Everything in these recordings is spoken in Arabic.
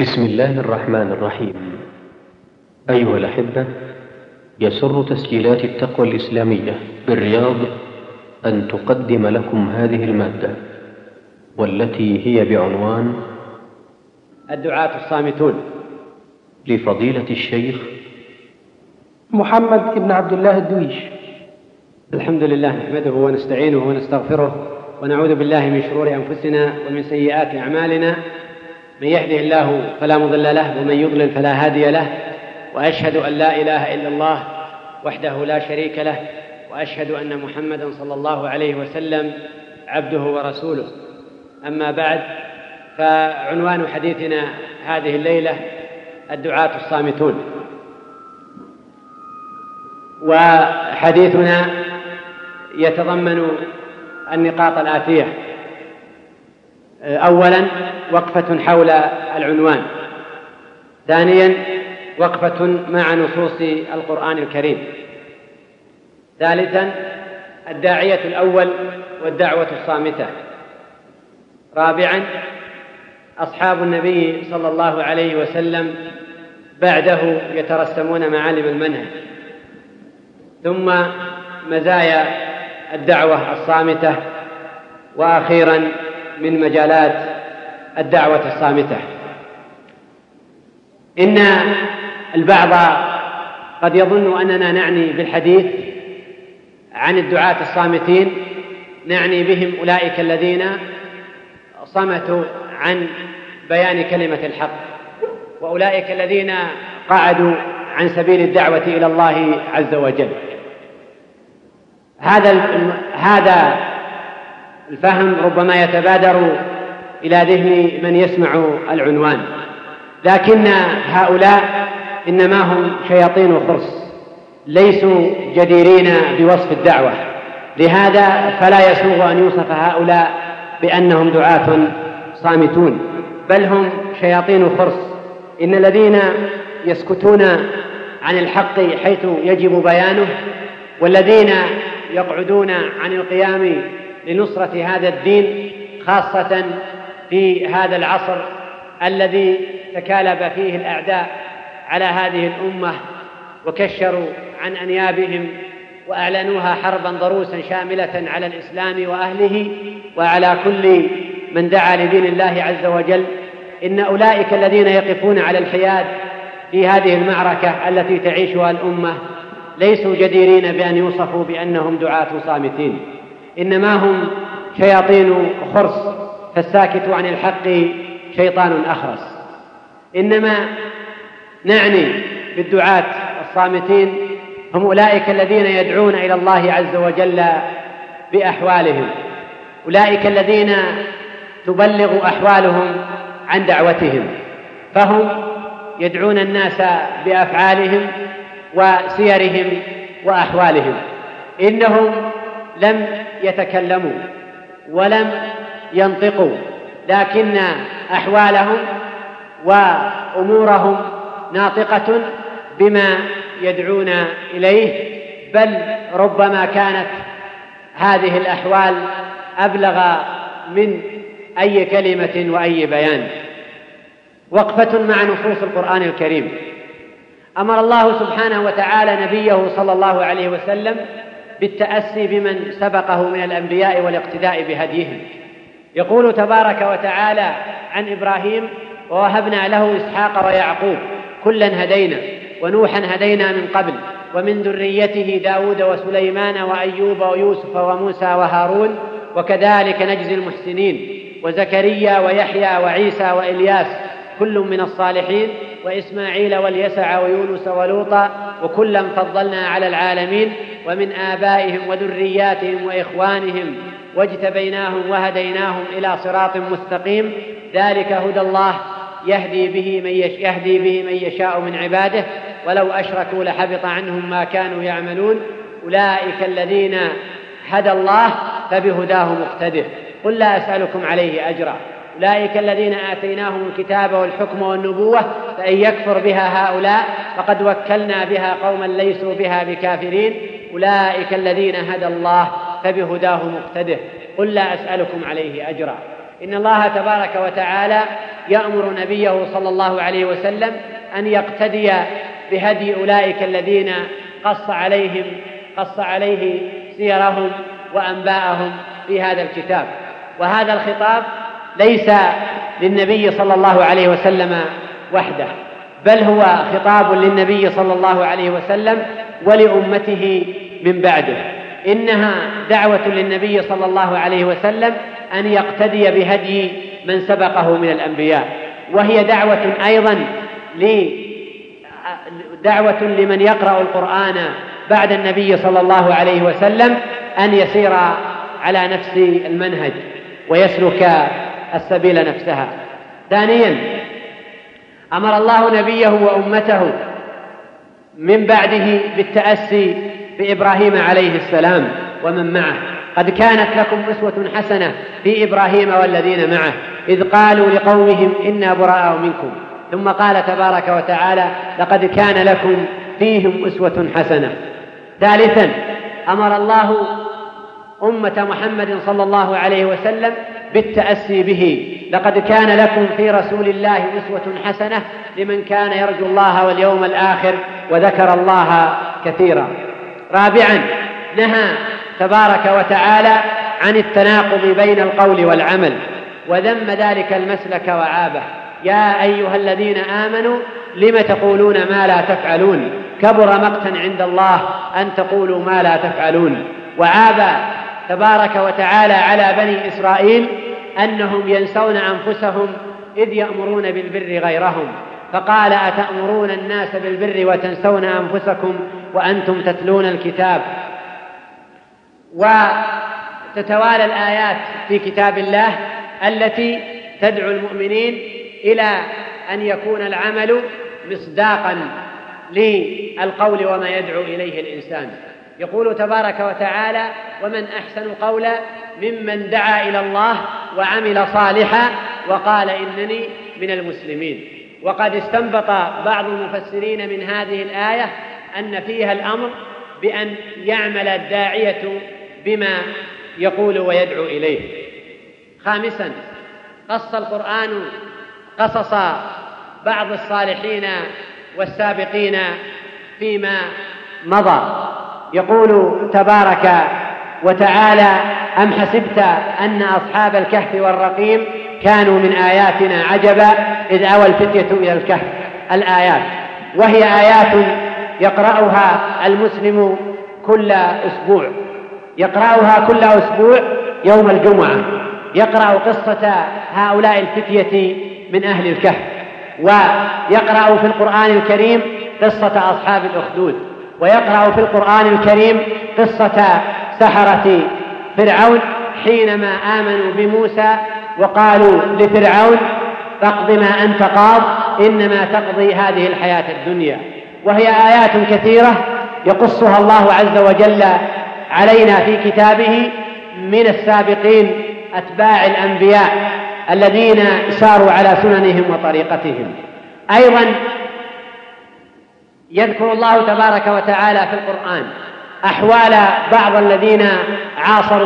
بسم الله الرحمن الرحيم. أيها الأحبة، يسر تسجيلات التقوى الإسلامية بالرياض أن تقدم لكم هذه المادة، والتي هي بعنوان الدعاة الصامتون، لفضيلة الشيخ محمد بن عبد الله الدويش. الحمد لله، نحمده ونستعينه ونستغفره ونعوذ بالله من شرور أنفسنا ومن سيئات أعمالنا. من يهده الله فلا مضل له ومن يضلل فلا هادي له، وأشهد أن لا إله إلا الله وحده لا شريك له، وأشهد أن محمدا صلى الله عليه وسلم عبده ورسوله. أما بعد، فعنوان حديثنا هذه الليلة الدعاة الصامتون، وحديثنا يتضمن النقاط الآتية: أولا، وقفة حول العنوان. ثانيا، وقفة مع نصوص القرآن الكريم. ثالثا، الداعية الأول والدعوة الصامتة. رابعا، أصحاب النبي صلى الله عليه وسلم بعده يترسمون معالم المنهج. ثم مزايا الدعوة الصامتة. وأخيرا، من مجالات الدعوة الصامتة. إن البعض قد يظن أننا نعني بالحديث عن الدعاة الصامتين نعني بهم أولئك الذين صمتوا عن بيان كلمة الحق، وأولئك الذين قعدوا عن سبيل الدعوة إلى الله عز وجل. هذا الفهم ربما يتبادر إلى ذهن من يسمع العنوان، لكن هؤلاء إنما هم شياطين خرس، ليسوا جديرين بوصف الدعوة. لهذا فلا يسوغ أن يوصف هؤلاء بأنهم دعاة صامتون، بل هم شياطين خرس. إن الذين يسكتون عن الحق حيث يجب بيانه، والذين يقعدون عن القيام لنصرة هذا الدين، خاصة في هذا العصر الذي تكالب فيه الأعداء على هذه الأمة وكشروا عن أنيابهم وأعلنوها حربا ضروسا شاملة على الإسلام وأهله وعلى كل من دعا لدين الله عز وجل. إن أولئك الذين يقفون على الحياد في هذه المعركة التي تعيشها الأمة ليسوا جديرين بأن يوصفوا بأنهم دعاة صامتين، إنما هم شياطين خرس، فالساكت عن الحق شيطان أخرس. إنما نعني بالدعاة الصامتين هم أولئك الذين يدعون إلى الله عز وجل بأحوالهم، أولئك الذين تبلغ أحوالهم عن دعوتهم، فهم يدعون الناس بأفعالهم وسيرهم وأحوالهم. إنهم لم يتكلموا ولم ينطقوا، لكن أحوالهم وأمورهم ناطقة بما يدعون إليه، بل ربما كانت هذه الأحوال أبلغ من أي كلمة وأي بيان. وقفة مع نصوص القرآن الكريم. أمر الله سبحانه وتعالى نبيه صلى الله عليه وسلم بالتأسي بمن سبقه من الأنبياء والاقتداء بهديهم. يقول تبارك وتعالى عن إبراهيم: ووهبنا له إسحاق ويعقوب كلا هدينا ونوحا هدينا من قبل ومن ذريته داود وسليمان وأيوب ويوسف وموسى وهارون وكذلك نجزي المحسنين وزكريا ويحيى وعيسى وإلياس كل من الصالحين وإسماعيل واليسع ويونس ولوطا وكلا فضلنا على العالمين ومن آبائهم وذرياتهم وإخوانهم واجتبيناهم وهديناهم إلى صراط مستقيم. ذلك هدى الله يهدي به من يشاء من عباده ولو أشركوا لحبط عنهم ما كانوا يعملون. أولئك الذين هدى الله فبهداه مقتده قل لا أسألكم عليه أجرا. أولئك الذين آتيناهم الكتاب والحكم والنبوة فإن يكفر بها هؤلاء فقد وكلنا بها قوما ليسوا بها بكافرين. أولئك الذين هدى الله فبهداه مقتده قل لا أسألكم عليه أجرا. إن الله تبارك وتعالى يأمر نبيه صلى الله عليه وسلم أن يقتدي بهدي أولئك الذين قص عليه سيرهم وأنباءهم في هذا الكتاب. وهذا الخطاب ليس للنبي صلى الله عليه وسلم وحده، بل هو خطاب للنبي صلى الله عليه وسلم ولأمته من بعده. إنها دعوة للنبي صلى الله عليه وسلم أن يقتدي بهدي من سبقه من الأنبياء، وهي دعوة لمن يقرأ القرآن بعد النبي صلى الله عليه وسلم أن يسير على نفس المنهج ويسلك السبيل نفسها. ثانيا، أمر الله نبيه وأمته من بعده بالتأسي بإبراهيم عليه السلام ومن معه. قد كانت لكم أسوة حسنة في إبراهيم والذين معه إذ قالوا لقومهم إنا براء منكم. ثم قال تبارك وتعالى لقد كان لكم فيهم أسوة حسنة. ثالثا، أمر الله أمة محمد صلى الله عليه وسلم بالتأسي به. لقد كان لكم في رسول الله أسوة حسنة لمن كان يرجو الله واليوم الآخر وذكر الله كثيرا. رابعا، نهى تبارك وتعالى عن التناقض بين القول والعمل وذم ذلك المسلك وعابه. يا أيها الذين آمنوا لم تقولون ما لا تفعلون كبر مقتا عند الله أن تقولوا ما لا تفعلون. وعاب تبارك وتعالى على بني إسرائيل أنهم ينسون أنفسهم إذ يأمرون بالبر غيرهم، فقال أتأمرون الناس بالبر وتنسون أنفسكم وأنتم تتلون الكتاب. وتتوالى الآيات في كتاب الله التي تدعو المؤمنين إلى أن يكون العمل مصداقا للقول وما يدعو إليه الإنسان. يقول تبارك وتعالى ومن أحسن قولا ممن دعا إلى الله وعمل صالحا وقال إنني من المسلمين. وقد استنبط بعض المفسرين من هذه الآية أن فيها الأمر بأن يعمل الداعية بما يقول ويدعو إليه. خامسا، قص القرآن قصص بعض الصالحين والسابقين فيما مضى. يقول تبارك وتعالى أم حسبت أن أصحاب الكهف والرقيم كانوا من آياتنا عجبا إذ أوى الفتية إلى الكهف. الآيات، وهي آيات يقرأها المسلم كل أسبوع، يقرأها كل أسبوع يوم الجمعة، يقرأ قصة هؤلاء الفتية من أهل الكهف، ويقرأ في القرآن الكريم قصة أصحاب الأخدود، ويقرأ في القرآن الكريم قصة سحرة فرعون حينما آمنوا بموسى وقالوا لفرعون فاقض ما أنت قاض إنما تقضي هذه الحياة الدنيا. وهي آيات كثيرة يقصها الله عز وجل علينا في كتابه من السابقين أتباع الأنبياء الذين ساروا على سننهم وطريقتهم. أيضا يذكر الله تبارك وتعالى في القرآن أحوال بعض الذين عاصروا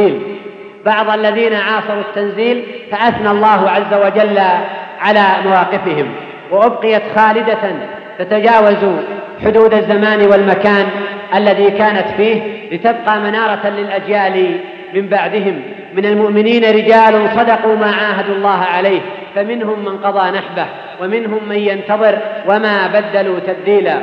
التنزيل، فأثنى الله عز وجل على مواقفهم وأبقيت خالدة تتجاوز حدود الزمان والمكان الذي كانت فيه لتبقى منارة للأجيال من بعدهم. من المؤمنين رجال صدقوا ما عاهدوا الله عليه فمنهم من قضى نحبه ومنهم من ينتظر وما بدلوا تبديلا.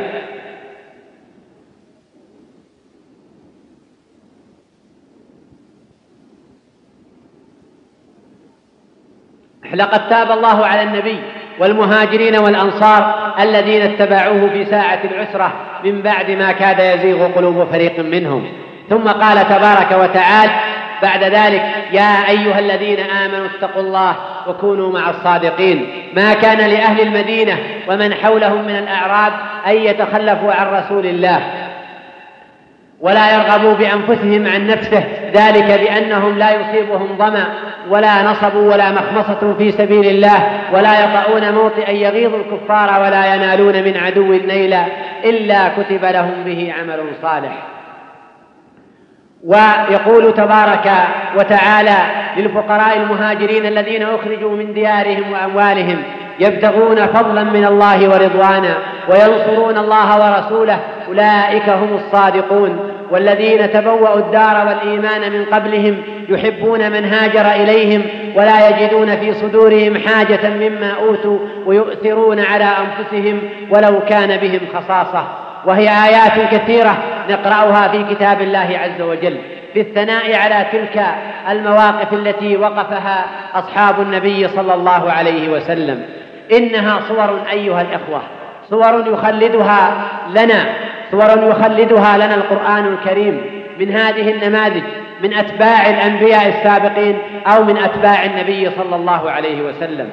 لقد تاب الله على النبي والمهاجرين والأنصار الذين اتبعوه في ساعة العسرة من بعد ما كاد يزيغ قلوب فريق منهم. ثم قال تبارك وتعالى بعد ذلك يا أيها الذين آمنوا اتقوا الله وكونوا مع الصادقين. ما كان لأهل المدينة ومن حولهم من الأعراب أن يتخلفوا عن رسول الله ولا يرغبوا بأنفسهم عن نفسه، ذلك بأنهم لا يصيبهم ظمأ ولا نصب ولا مخمصة في سبيل الله ولا يطؤون موطئا يغيظ الكفار ولا ينالون من عدو نيلا إلا كتب لهم به عمل صالح. ويقول تبارك وتعالى للفقراء المهاجرين الذين أخرجوا من ديارهم وأموالهم يبتغون فضلا من الله ورضوانا وينصرون الله ورسوله أولئك هم الصادقون. والذين تبوأوا الدار والإيمان من قبلهم يحبون من هاجر إليهم ولا يجدون في صدورهم حاجة مما أوتوا ويؤثرون على أنفسهم ولو كان بهم خصاصة. وهي آيات كثيرة نقرأها في كتاب الله عز وجل في الثناء على تلك المواقف التي وقفها أصحاب النبي صلى الله عليه وسلم. إنها صور أيها الإخوة، صور يخلدها لنا القرآن الكريم من هذه النماذج من أتباع الأنبياء السابقين أو من أتباع النبي صلى الله عليه وسلم.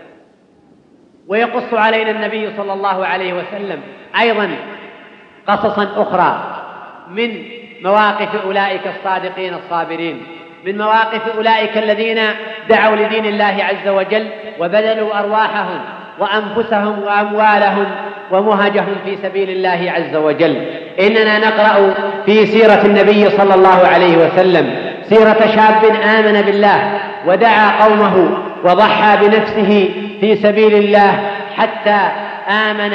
ويقص علينا النبي صلى الله عليه وسلم أيضا قصصا أخرى من مواقف أولئك الصادقين الصابرين، من مواقف أولئك الذين دعوا لدين الله عز وجل وبذلوا أرواحهم وأنفسهم وأموالهم ومهجهم في سبيل الله عز وجل. إننا نقرأ في سيرة النبي صلى الله عليه وسلم سيرة شاب آمن بالله ودعا قومه وضحى بنفسه في سبيل الله حتى آمن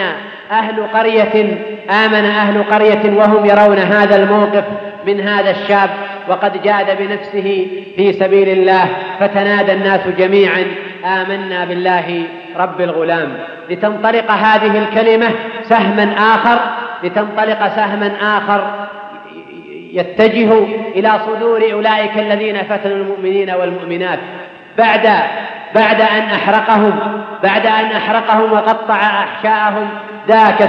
أهل قرية وهم يرون هذا الموقف من هذا الشاب وقد جاد بنفسه في سبيل الله، فتنادى الناس جميعا آمنا بالله رب الغلام، لتنطلق هذه الكلمة سهما آخر يتجه إلى صدور أولئك الذين فتنوا المؤمنين والمؤمنات بعد أن أحرقهم وقطع أحشاءهم ذاك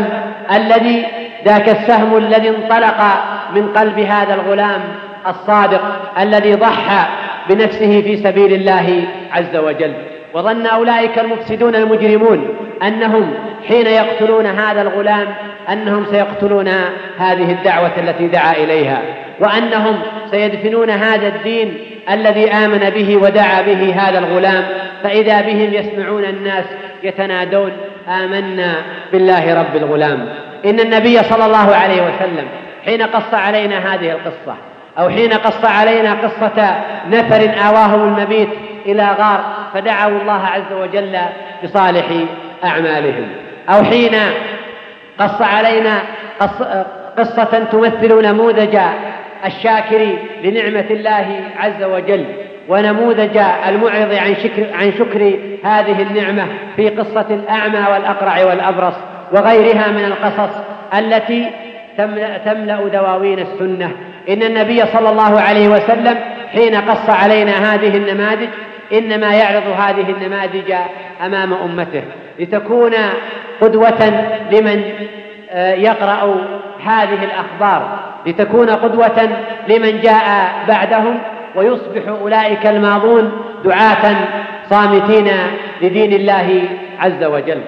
السهم الذي انطلق من قلب هذا الغلام الصادق الذي ضحى بنفسه في سبيل الله عز وجل. وظن أولئك المفسدون المجرمون أنهم حين يقتلون هذا الغلام أنهم سيقتلون هذه الدعوة التي دعا إليها، وأنهم سيدفنون هذا الدين الذي آمن به ودعا به هذا الغلام، فإذا بهم يسمعون الناس يتنادون آمنا بالله رب الغلام. إن النبي صلى الله عليه وسلم حين قص علينا هذه القصة أو حين قص علينا قصة نفر آواهم المبيت إلى غار فدعوا الله عز وجل بصالح أعمالهم، أو حين قص علينا قصة تمثل نموذج الشاكر لنعمة الله عز وجل ونموذج المعرض عن شكر هذه النعمة في قصة الأعمى والأقرع والأبرص وغيرها من القصص التي تملأ دواوين السنة. إن النبي صلى الله عليه وسلم حين قص علينا هذه النماذج إنما يعرض هذه النماذج أمام أمته لتكون قدوة لمن يقرأ هذه الأخبار، لتكون قدوة لمن جاء بعدهم، ويصبح أولئك الماضون دعاة صامتين لدين الله عز وجل.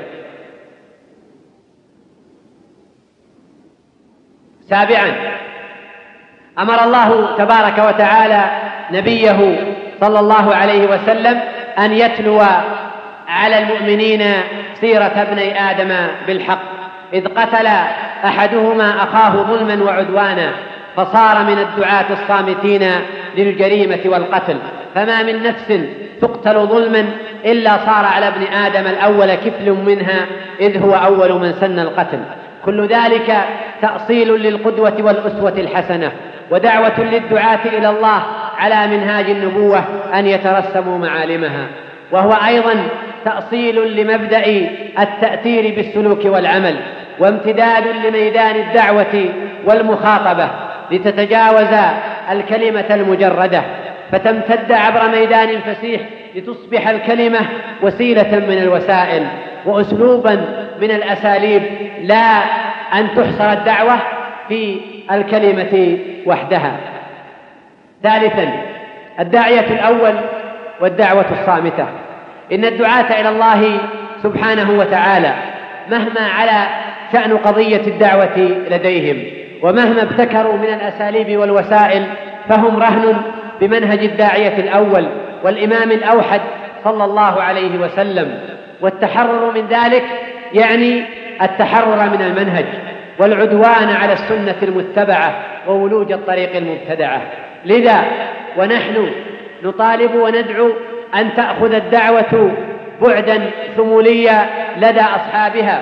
سابعا، أمر الله تبارك وتعالى نبيه صلى الله عليه وسلم أن يتلو على المؤمنين سيرة ابني آدم بالحق، إذ قتل أحدهما أخاه ظلما وعدوانا فصار من الدعاة الصامتين للجريمة والقتل. فما من نفس تقتل ظلما إلا صار على ابن آدم الأول كفل منها، إذ هو أول من سن القتل. كل ذلك تأصيل للقدوة والأسوة الحسنة، ودعوة للدعاة إلى الله على منهاج النبوة أن يترسموا معالمها، وهو أيضا تأصيل لمبدأ التأثير بالسلوك والعمل، وامتداد لميدان الدعوة والمخاطبة لتتجاوز الكلمة المجردة فتمتد عبر ميدان فسيح لتصبح الكلمة وسيلة من الوسائل وأسلوبا من الأساليب، لا أن تحصر الدعوة في الكلمة وحدها. ثالثا، الداعية الأول والدعوة الصامتة. إن الدعاة إلى الله سبحانه وتعالى مهما على شأن قضية الدعوة لديهم ومهما ابتكروا من الأساليب والوسائل فهم رهن بمنهج الداعية الأول والإمام الأوحد صلى الله عليه وسلم. والتحرر من ذلك يعني التحرر من المنهج والعدوان على السنة المتبعة وولوج الطريق المبتدعة. لذا ونحن نطالب وندعو أن تأخذ الدعوة بعدا ثموليا لدى أصحابها،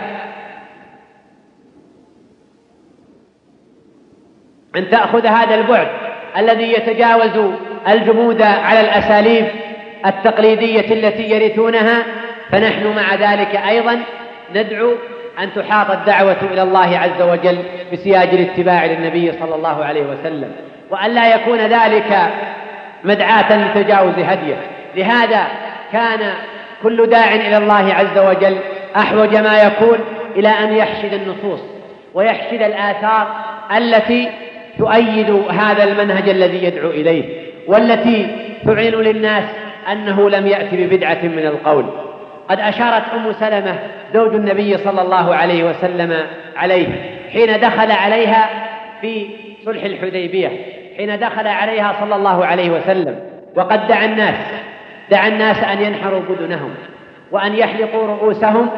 أن تأخذ هذا البعد الذي يتجاوز الجمود على الأساليب التقليدية التي يرثونها. فنحن مع ذلك أيضا ندعو أن تحاط الدعوة إلى الله عز وجل بسياج الاتباع للنبي صلى الله عليه وسلم، وأن لا يكون ذلك مدعاة لتجاوز هديه. لهذا كان كل داع إلى الله عز وجل أحوج ما يكون إلى أن يحشد النصوص ويحشد الآثار التي تؤيد هذا المنهج الذي يدعو إليه، والتي تعلن للناس أنه لم يأتي ببدعة من القول. قد أشارت أم سلمة زوج النبي صلى الله عليه وسلم عليه حين دخل عليها في صلح الحديبية، حين دخل عليها صلى الله عليه وسلم وقد دعا الناس أن ينحروا بدنهم وأن يحلقوا رؤوسهم،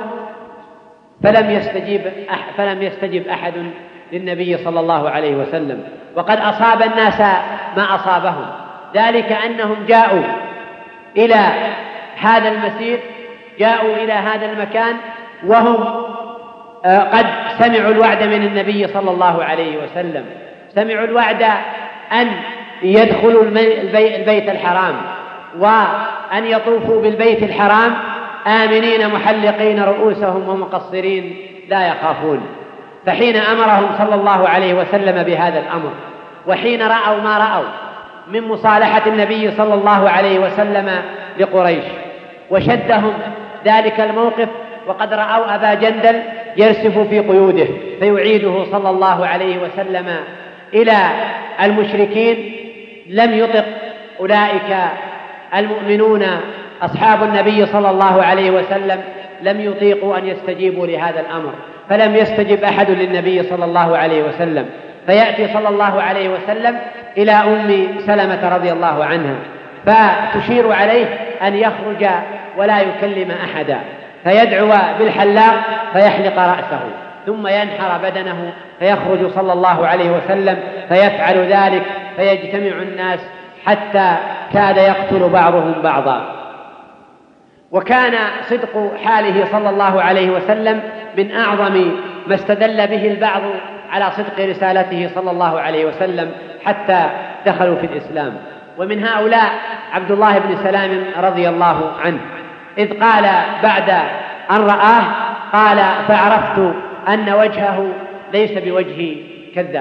فلم يستجب أحد للنبي صلى الله عليه وسلم، وقد أصاب الناس ما أصابهم، ذلك أنهم جاءوا إلى هذا المسير، جاءوا إلى هذا المكان وهم قد سمعوا الوعد من النبي صلى الله عليه وسلم، سمعوا الوعد أن يدخلوا البيت الحرام وأن يطوفوا بالبيت الحرام آمنين محلقين رؤوسهم ومقصرين لا يخافون. فحين أمرهم صلى الله عليه وسلم بهذا الأمر، وحين رأوا ما رأوا من مصالحة النبي صلى الله عليه وسلم لقريش، وشدهم ذلك الموقف، وقد رأوا أبا جندل يرسف في قيوده فيعيده صلى الله عليه وسلم إلى المشركين، لم يطق أولئك المؤمنون أصحاب النبي صلى الله عليه وسلم، لم يطيقوا أن يستجيبوا لهذا الأمر، فلم يستجب أحد للنبي صلى الله عليه وسلم. فيأتي صلى الله عليه وسلم إلى أم سلمة رضي الله عنها فتشير عليه أن يخرج ولا يكلم أحدا، فيدعو بالحلاق فيحلق رأسه ثم ينحر بدنه، فيخرج صلى الله عليه وسلم فيفعل ذلك، فيجتمع الناس حتى كاد يقتل بعضهم بعضا. وكان صدق حاله صلى الله عليه وسلم من أعظم ما استدل به البعض على صدق رسالته صلى الله عليه وسلم حتى دخلوا في الإسلام. ومن هؤلاء عبد الله بن سلام رضي الله عنه، إذ قال بعد أن رآه قال: فعرفت أن وجهه ليس بوجه كذاب.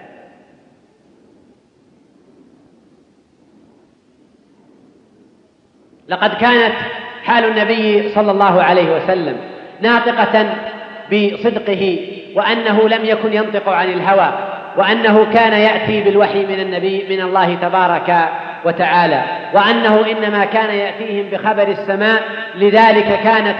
لقد كانت حال النبي صلى الله عليه وسلم ناطقة بصدقه، وأنه لم يكن ينطق عن الهوى، وأنه كان يأتي بالوحي من الله تبارك وتعالى، وأنه إنما كان يأتيهم بخبر السماء. لذلك كانت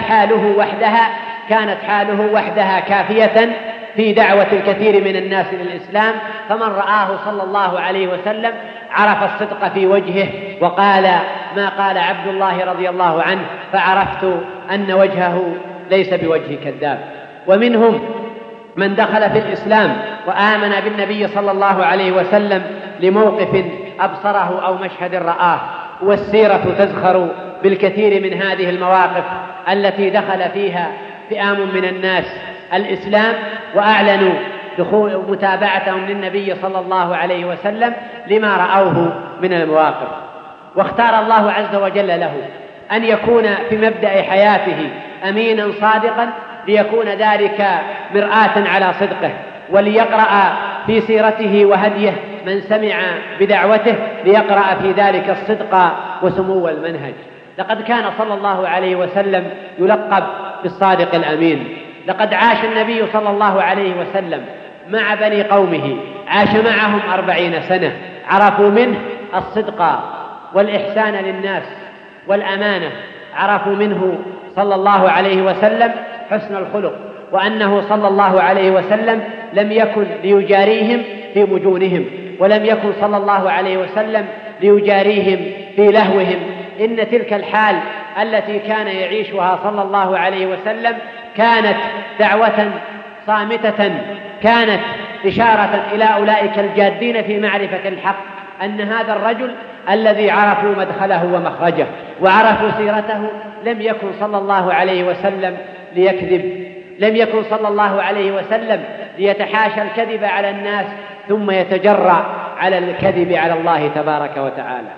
حاله وحدها كافية في دعوة الكثير من الناس للإسلام. فمن رآه صلى الله عليه وسلم عرف الصدق في وجهه، وقال ما قال عبد الله رضي الله عنه: فعرفت أن وجهه ليس بوجه كذاب. ومنهم من دخل في الإسلام وآمن بالنبي صلى الله عليه وسلم لموقف أبصره أو مشهد رآه، والسيرة تزخر بالكثير من هذه المواقف التي دخل فيها فئام من الناس الإسلام وأعلنوا دخول متابعتهم للنبي صلى الله عليه وسلم لما رأوه من المواقف. واختار الله عز وجل له أن يكون في مبدأ حياته أمينا صادقا، ليكون ذلك مرآة على صدقه، وليقرأ في سيرته وهديه من سمع بدعوته، ليقرأ في ذلك الصدق وسمو المنهج. لقد كان صلى الله عليه وسلم يلقب بالصادق الأمين. لقد عاش النبي صلى الله عليه وسلم مع بني قومه، عاش معهم 40 سنة، عرفوا منه الصدق والإحسان للناس والأمانة، عرفوا منه صلى الله عليه وسلم حسن الخلق، وأنه صلى الله عليه وسلم لم يكن ليجاريهم في مجونهم، ولم يكن صلى الله عليه وسلم ليجاريهم في لهوهم. إن تلك الحال التي كان يعيشها صلى الله عليه وسلم كانت دعوة صامتة، كانت إشارة إلى أولئك الجادين في معرفة الحق أن هذا الرجل الذي عرفوا مدخله ومخرجه وعرفوا سيرته لم يكن صلى الله عليه وسلم ليكذب، لم يكن صلى الله عليه وسلم ليتحاشى الكذب على الناس ثم يتجرأ على الكذب على الله تبارك وتعالى.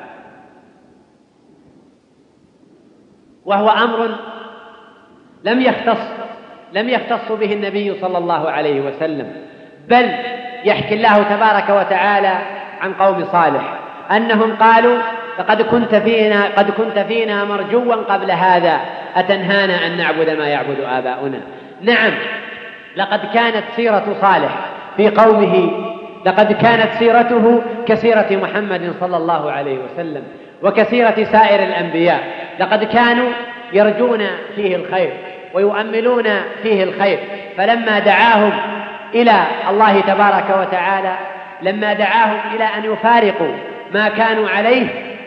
وهو أمر لم يختص به النبي صلى الله عليه وسلم، بل يحكي الله تبارك وتعالى عن قوم صالح أنهم قالوا لقد كنت فينا مرجوا قبل هذا أتنهانا أن نعبد ما يعبد آباؤنا. نعم، لقد كانت سيرة صالح في قومه، لقد كانت سيرته كسيرة محمد صلى الله عليه وسلم وكسيرة سائر الأنبياء، لقد كانوا يرجون فيه الخير ويؤملون فيه الخير. فلما دعاهم إلى الله تبارك وتعالى، لما دعاهم إلى أن يفارقوا ما كانوا عليه،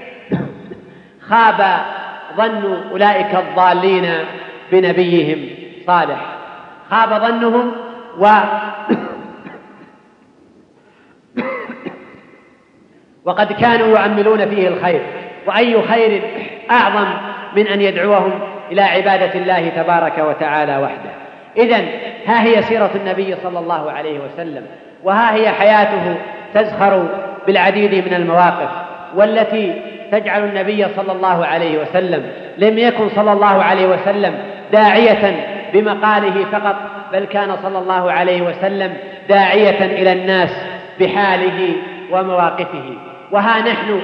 خاب ظن أولئك الضالين بنبيهم صالح، خاب ظنهم وقد كانوا يؤملون فيه الخير، وأي خير أعظم من أن يدعوهم إلى عبادة الله تبارك وتعالى وحده. إذن ها هي سيرة النبي صلى الله عليه وسلم، وها هي حياته تزخر بالعديد من المواقف والتي تجعل النبي صلى الله عليه وسلم لم يكن صلى الله عليه وسلم داعية بمقاله فقط، بل كان صلى الله عليه وسلم داعية إلى الناس بحاله ومواقفه. وها نحن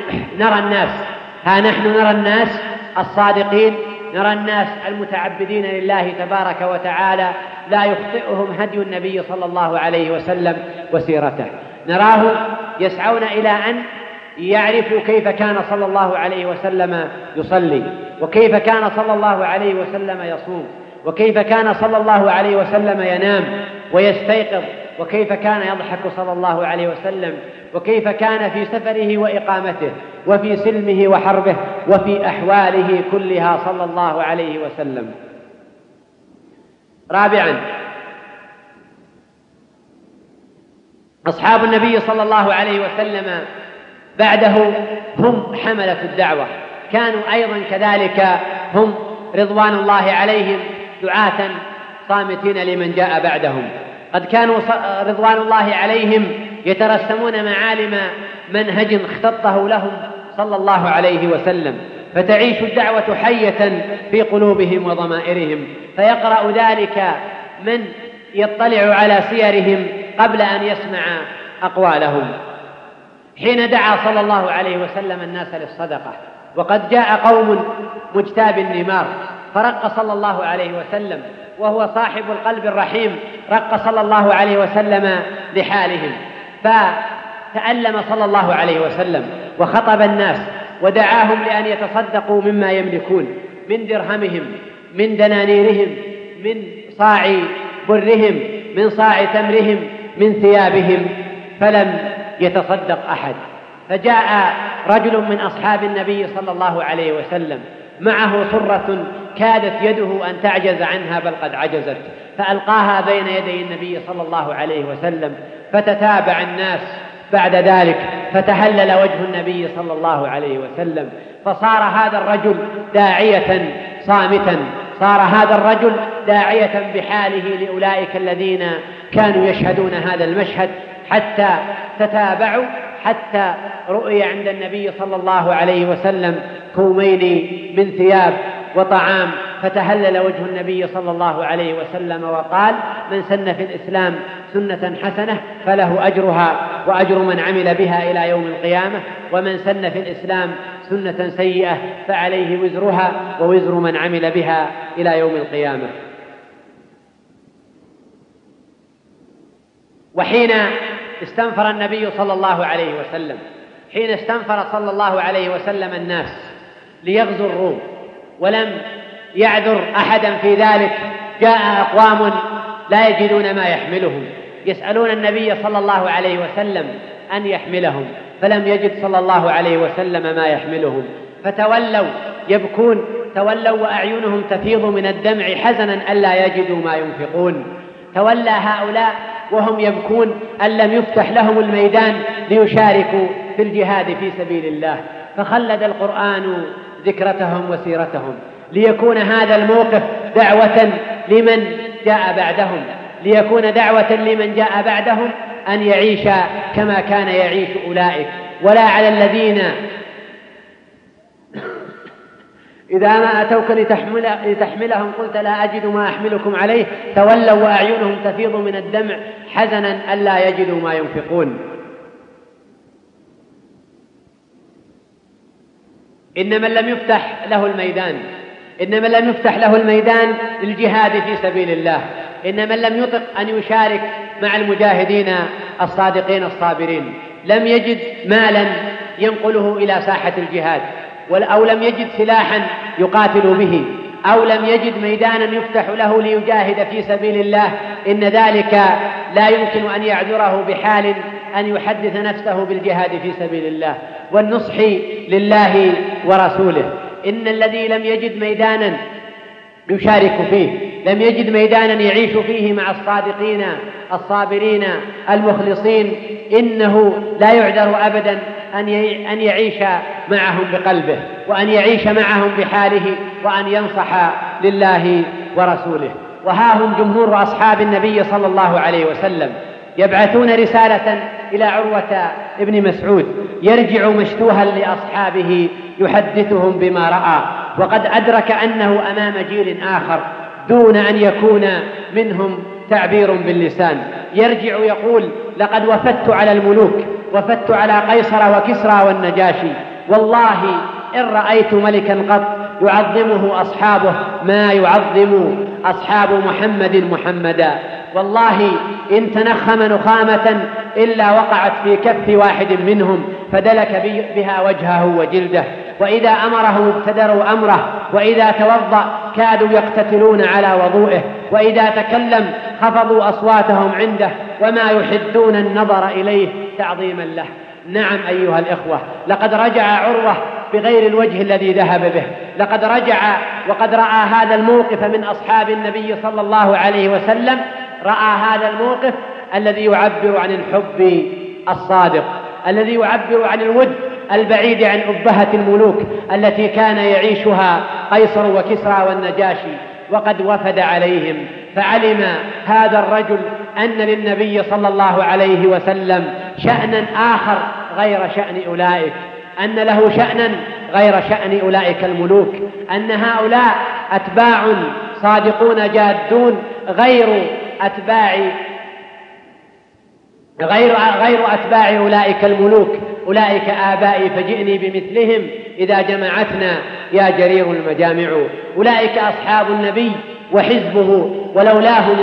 نرى الناس الصادقين، نرى الناس المتعبدين لله تبارك وتعالى لا يخطئهم هدي النبي صلى الله عليه وسلم وسيرته، نراهم يسعون إلى أن يعرفوا كيف كان صلى الله عليه وسلم يصلي، وكيف كان صلى الله عليه وسلم يصوم، وكيف كان صلى الله عليه وسلم ينام ويستيقظ، وكيف كان يضحك صلى الله عليه وسلم، وكيف كان في سفره وإقامته وفي سلمه وحربه وفي أحواله كلها صلى الله عليه وسلم. رابعا، أصحاب النبي صلى الله عليه وسلم بعده هم حملة الدعوة، كانوا أيضا كذلك هم رضوان الله عليهم دعاة صامتين لمن جاء بعدهم. قد كانوا رضوان الله عليهم يترسمون معالم منهج اختطه لهم صلى الله عليه وسلم، فتعيش الدعوة حية في قلوبهم وضمائرهم، فيقرأ ذلك من يطلع على سيرهم قبل أن يسمع أقوالهم. حين دعا صلى الله عليه وسلم الناس للصدقة، وقد جاء قوم مجتاب النمار، فرق صلى الله عليه وسلم وهو صاحب القلب الرحيم، رق صلى الله عليه وسلم لحالهم، فتألم صلى الله عليه وسلم وخطب الناس ودعاهم لأن يتصدقوا مما يملكون من درهمهم، من دنانيرهم، من صاع برهم، من صاع تمرهم، من ثيابهم، فلم يتصدق أحد. فجاء رجل من أصحاب النبي صلى الله عليه وسلم معه صرة كادت يده أن تعجز عنها بل قد عجزت، فألقاها بين يدي النبي صلى الله عليه وسلم، فتتابع الناس بعد ذلك، فتهلل وجه النبي صلى الله عليه وسلم، فصار هذا الرجل داعية صامتا، صار هذا الرجل داعية بحاله لأولئك الذين كانوا يشهدون هذا المشهد، حتى تتابعوا، حتى رؤي عند النبي صلى الله عليه وسلم كومين من ثياب وطعام، فتهلل وجه النبي صلى الله عليه وسلم وقال: من سن في الإسلام سنة حسنة فله أجرها وأجر من عمل بها إلى يوم القيامة، ومن سن في الإسلام سنة سيئة فعليه وزرها ووزر من عمل بها إلى يوم القيامة. وحين استنفر النبي صلى الله عليه وسلم، حين استنفر صلى الله عليه وسلم الناس ليغزوا الروم ولم يعذر أحدا في ذلك، جاء أقوام لا يجدون ما يحملهم، يسألون النبي صلى الله عليه وسلم أن يحملهم، فلم يجد صلى الله عليه وسلم ما يحملهم، فتولوا يبكون، تولوا وأعينهم تفيض من الدمع حزنا ألا يجدوا ما ينفقون. تولى هؤلاء وهم يبكون أن لم يفتح لهم الميدان ليشاركوا في الجهاد في سبيل الله. فخلد القرآن ذكرتهم وسيرتهم ليكون هذا الموقف دعوة لمن جاء بعدهم، ليكون دعوة لمن جاء بعدهم أن يعيش كما كان يعيش أولئك. ولا على الذين إذا ما أتوك لتحملهم قلت لا أجد ما أحملكم عليه تولوا وأعينهم تفيض من الدمع حزنا ألا يجدوا ما ينفقون. إن من لم يفتح له الميدان للجهاد في سبيل الله، إن من لم يطق أن يشارك مع المجاهدين الصادقين الصابرين، لم يجد مالا ينقله إلى ساحة الجهاد، أو لم يجد سلاحا يقاتل به، أو لم يجد ميدانا يفتح له ليجاهد في سبيل الله، إن ذلك لا يمكن أن يعذره بحال أن يحدث نفسه بالجهاد في سبيل الله والنصح لله ورسوله. إن الذي لم يجد ميدانا يشارك فيه، لم يجد ميدانا يعيش فيه مع الصادقين الصابرين المخلصين، إنه لا يعذر أبدا أن يعيش معهم بقلبه، وأن يعيش معهم بحاله، وأن ينصح لله ورسوله. وها هم جمهور أصحاب النبي صلى الله عليه وسلم يبعثون رسالة إلى عروة ابن مسعود يرجع مشتوها لأصحابه يحدثهم بما رأى، وقد أدرك أنه أمام جيل آخر دون أن يكون منهم تعبير باللسان. يرجع يقول: لقد وفدت على الملوك، وفدت على قيصر وكسرى والنجاشي، والله إن رأيت ملكا قط يعظمه أصحابه ما يعظم أصحاب محمدا، والله إن تنخم نخامة إلا وقعت في كف واحد منهم فدلك بها وجهه وجلده، وإذا أمرهم ابتدروا أمره، وإذا توضأ كادوا يقتتلون على وضوئه، وإذا تكلم خفضوا أصواتهم عنده، وما يحدون النظر إليه تعظيما له. نعم أيها الإخوة، لقد رجع عروة بغير الوجه الذي ذهب به، لقد رجع وقد رأى هذا الموقف من أصحاب النبي صلى الله عليه وسلم، رأى هذا الموقف الذي يعبر عن الحب الصادق، الذي يعبر عن الود البعيد عن أبهة الملوك التي كان يعيشها قيصر وكسرى والنجاشي. وقد وفد عليهم، فعلم هذا الرجل أن للنبي صلى الله عليه وسلم شأنا آخر غير شأن أولئك، أن له شأنا غير شأن أولئك الملوك، أن هؤلاء أتباع صادقون جادون غير أتباع أولئك الملوك. أولئك آبائي فجئني بمثلهم إذا جمعتنا يا جرير المجامع. أولئك أصحاب النبي وحزبه، ولولاهم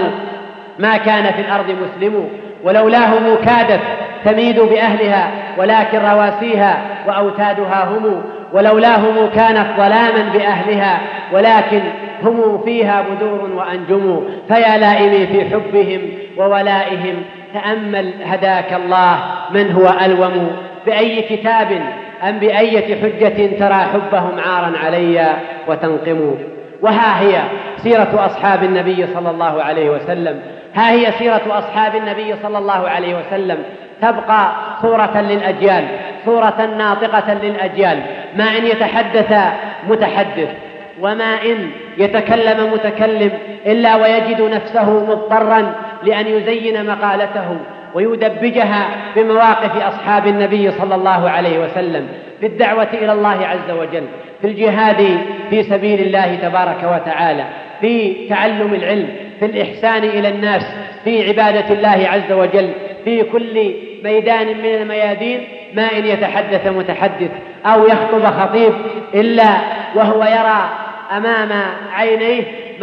ما كان في الأرض مسلم، ولولاهم كادت تميد بأهلها ولكن رواسيها وأوتادها هم، ولولاهم كانت ظلاما بأهلها ولكن هم فيها بدور وأنجم. فيا لائمي في حبهم وولائهم تأمل هداك الله من هو ألوم، بأي كتاب أم بأية حجة ترى حبهم عارا علي وتنقم. وها هي سيرة أصحاب النبي صلى الله عليه وسلم، ها هي سيرة أصحاب النبي صلى الله عليه وسلم تبقى صورة للأجيال، صورة ناطقة للأجيال، ما إن يتحدث متحدث وما إن يتكلم متكلم إلا ويجد نفسه مضطرا لأن يزين مقالته ويدبجها بمواقف أصحاب النبي صلى الله عليه وسلم في الدعوة إلى الله عز وجل، في الجهاد في سبيل الله تبارك وتعالى، في تعلم العلم، في الإحسان إلى الناس، في عبادة الله عز وجل، في كل ميدان من الميادين. ما إن يتحدث متحدث أو يخطب خطيب إلا وهو يرى أمام عينيه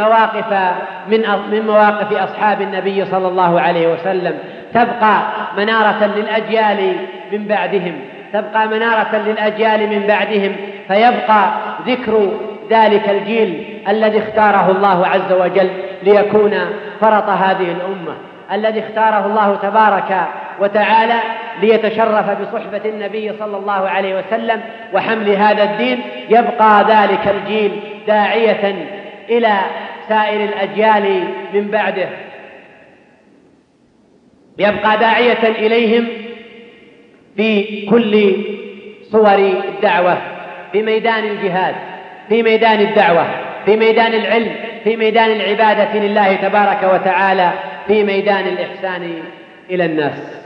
مواقف من مواقف أصحاب النبي صلى الله عليه وسلم تبقى منارة للأجيال من بعدهم، تبقى منارة للأجيال من بعدهم، فيبقى ذكر ذلك الجيل الذي اختاره الله عز وجل ليكون فرط هذه الأمة، الذي اختاره الله تبارك وتعالى ليتشرف بصحبة النبي صلى الله عليه وسلم وحمل هذا الدين. يبقى ذلك الجيل داعية إلى سائر الأجيال من بعده. يبقى داعية إليهم في كل صور الدعوة، في ميدان الجهاد، في ميدان الدعوة، في ميدان العلم، في ميدان العبادة لله تبارك وتعالى، في ميدان الإحسان إلى الناس.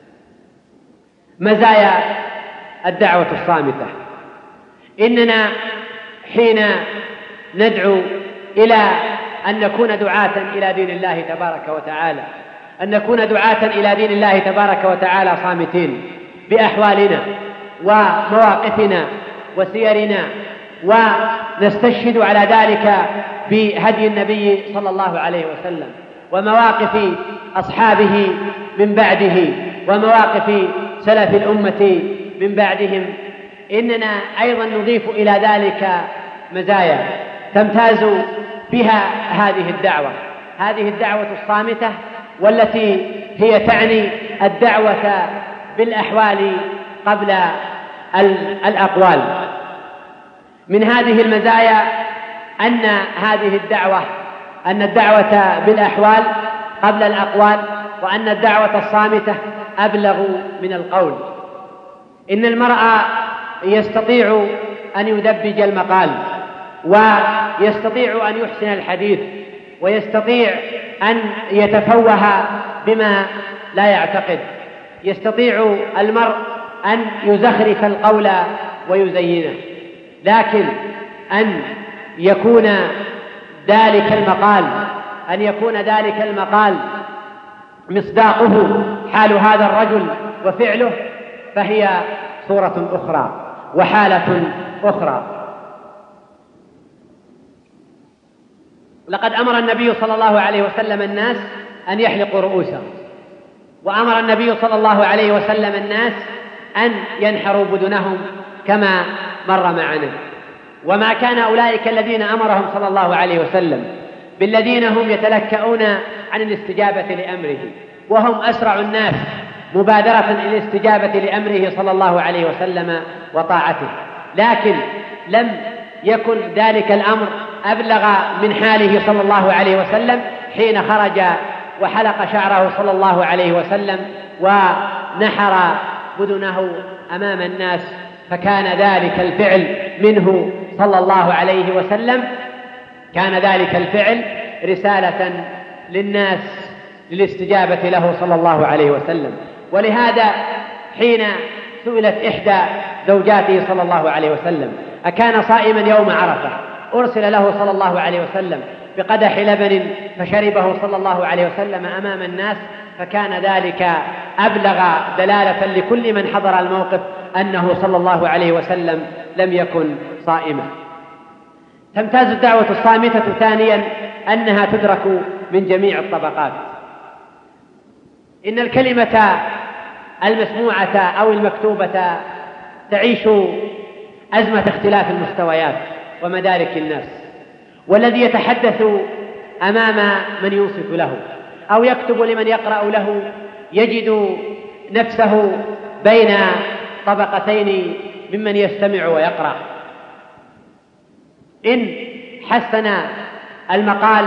مزايا الدعوة الصامتة: إننا حين ندعو إلى أن نكون دعاة إلى دين الله تبارك وتعالى، أن نكون دعاة إلى دين الله تبارك وتعالى صامتين بأحوالنا ومواقفنا وسيرنا، ونستشهد على ذلك بهدي النبي صلى الله عليه وسلم ومواقف أصحابه من بعده ومواقف سلف الأمة من بعدهم. إننا أيضا نضيف إلى ذلك مزايا تمتاز بها هذه الدعوة الصامتة، والتي هي تعني الدعوة بالأحوال قبل الأقوال. من هذه المزايا أن الدعوة بالأحوال قبل الأقوال، وأن الدعوة الصامتة أبلغ من القول. إن المرء يستطيع أن يدبج المقال، ويستطيع أن يحسن الحديث، ويستطيع أن يتفوه بما لا يعتقد. يستطيع المرء أن يزخرف القول ويزينه، لكن أن يكون ذلك المقال مصداقه حال هذا الرجل وفعله، فهي صورة أخرى وحالة أخرى. لقد أمر النبي صلى الله عليه وسلم الناس أن يحلقوا رؤوسهم، وأمر النبي صلى الله عليه وسلم الناس أن ينحروا بدنهم كما مر معنا. وما كان أولئك الذين أمرهم صلى الله عليه وسلم بالذين هم يتلكؤون عن الاستجابة لأمره، وهم أسرع الناس مبادرة إلى الاستجابة لأمره صلى الله عليه وسلم وطاعته، لكن لم يكن ذلك الأمر أبلغ من حاله صلى الله عليه وسلم حين خرج وحلق شعره صلى الله عليه وسلم ونحر بدنه أمام الناس، فكان ذلك الفعل منه صلى الله عليه وسلم، كان ذلك الفعل رسالة للناس للاستجابة له صلى الله عليه وسلم. ولهذا حين سئلت إحدى زوجاته صلى الله عليه وسلم أكان صائما يوم عرفة، أرسل له صلى الله عليه وسلم بقدح لبن فشربه صلى الله عليه وسلم أمام الناس، فكان ذلك أبلغ دلالة لكل من حضر الموقف أنه صلى الله عليه وسلم لم يكن صائما. تمتاز الدعوة الصامتة ثانيا أنها تدرك من جميع الطبقات. إن الكلمة المسموعة أو المكتوبة تعيش أزمة اختلاف المستويات ومدارك الناس، والذي يتحدث أمام من ينصت له أو يكتب لمن يقرأ له يجد نفسه بين طبقتين ممن يستمع ويقرأ. إن حسن المقال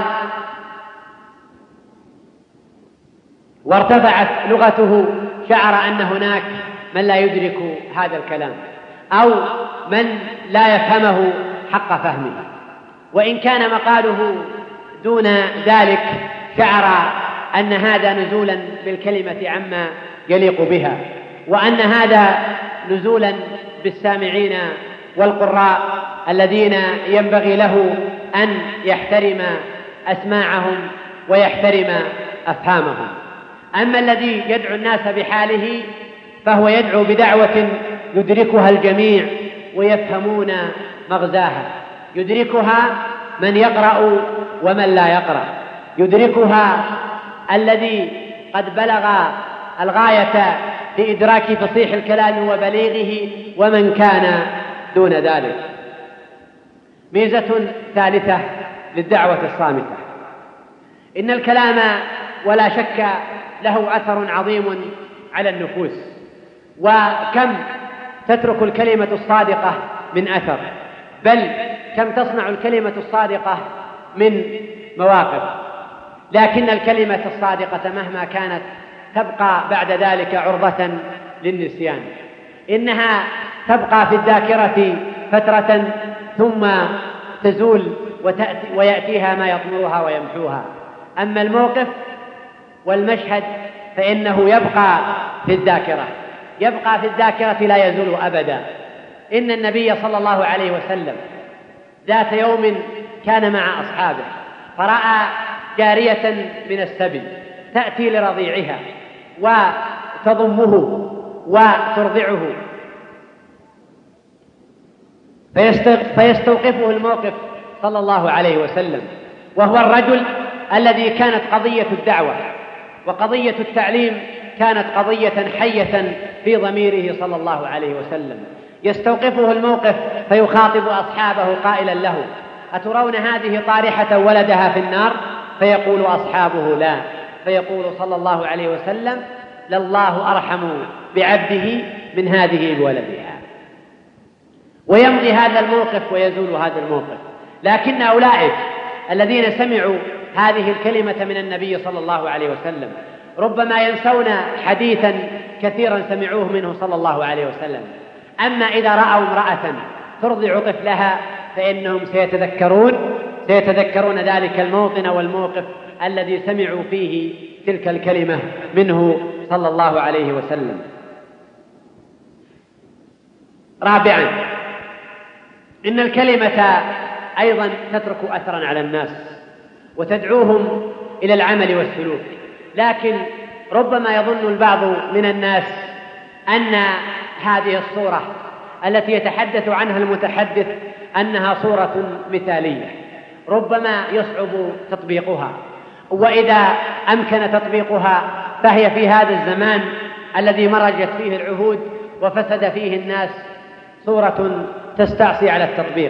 وارتفعت لغته شعر أن هناك من لا يدرك هذا الكلام أو من لا يفهمه حق فهمه، وإن كان مقاله دون ذلك شعر أن هذا نزولا بالكلمة عما يليق بها، وأن هذا نزولا بالسامعين والقراء الذين ينبغي له أن يحترم أسماعهم ويحترم أفهامهم. أما الذي يدعو الناس بحاله فهو يدعو بدعوة يدركها الجميع ويفهمون مغزاها، يدركها من يقرأ ومن لا يقرأ، يدركها الذي قد بلغ الغاية في إدراك فصيح الكلام وبليغه ومن كان دون ذلك. ميزة ثالثة للدعوة الصامتة: إن الكلام ولا شك له أثر عظيم على النفوس، وكم تترك الكلمة الصادقة من أثر، بل كم تصنع الكلمة الصادقة من مواقف. لكن الكلمة الصادقة مهما كانت تبقى بعد ذلك عرضة للنسيان، إنها تبقى في الذاكرة فترة ثم تزول ويأتيها ما يطمرها ويمحوها. أما الموقف والمشهد فإنه يبقى في الذاكرة، يبقى في الذاكرة لا يزول أبدا. إن النبي صلى الله عليه وسلم ذات يوم كان مع أصحابه فرأى جارية من السبي تأتي لرضيعها وتضمه وترضعه، فيستوقفه الموقف صلى الله عليه وسلم، وهو الرجل الذي كانت قضية الدعوة وقضية التعليم كانت قضية حية في ضميره صلى الله عليه وسلم. يستوقفه الموقف فيخاطب أصحابه قائلا له: أترون هذه طارحة ولدها في النار؟ فيقول أصحابه: لا. فيقول صلى الله عليه وسلم: لله أرحم بعبده من هذه بولدها. ويمضي هذا الموقف ويزول هذا الموقف. لكن أولئك الذين سمعوا هذه الكلمة من النبي صلى الله عليه وسلم ربما ينسون حديثا كثيرا سمعوه منه صلى الله عليه وسلم. أما إذا رأوا امرأة ترضع طفلها فإنهم سيتذكرون ذلك الموطن والموقف الذي سمعوا فيه تلك الكلمة منه صلى الله عليه وسلم. رابعا، إن الكلمة أيضا تترك أثرا على الناس وتدعوهم إلى العمل والسلوك. لكن ربما يظن البعض من الناس أن هذه الصورة التي يتحدث عنها المتحدث أنها صورة مثالية، ربما يصعب تطبيقها، وإذا أمكن تطبيقها فهي في هذا الزمان الذي مرجت فيه العهود وفسد فيه الناس صورة تستعصي على التطبيق.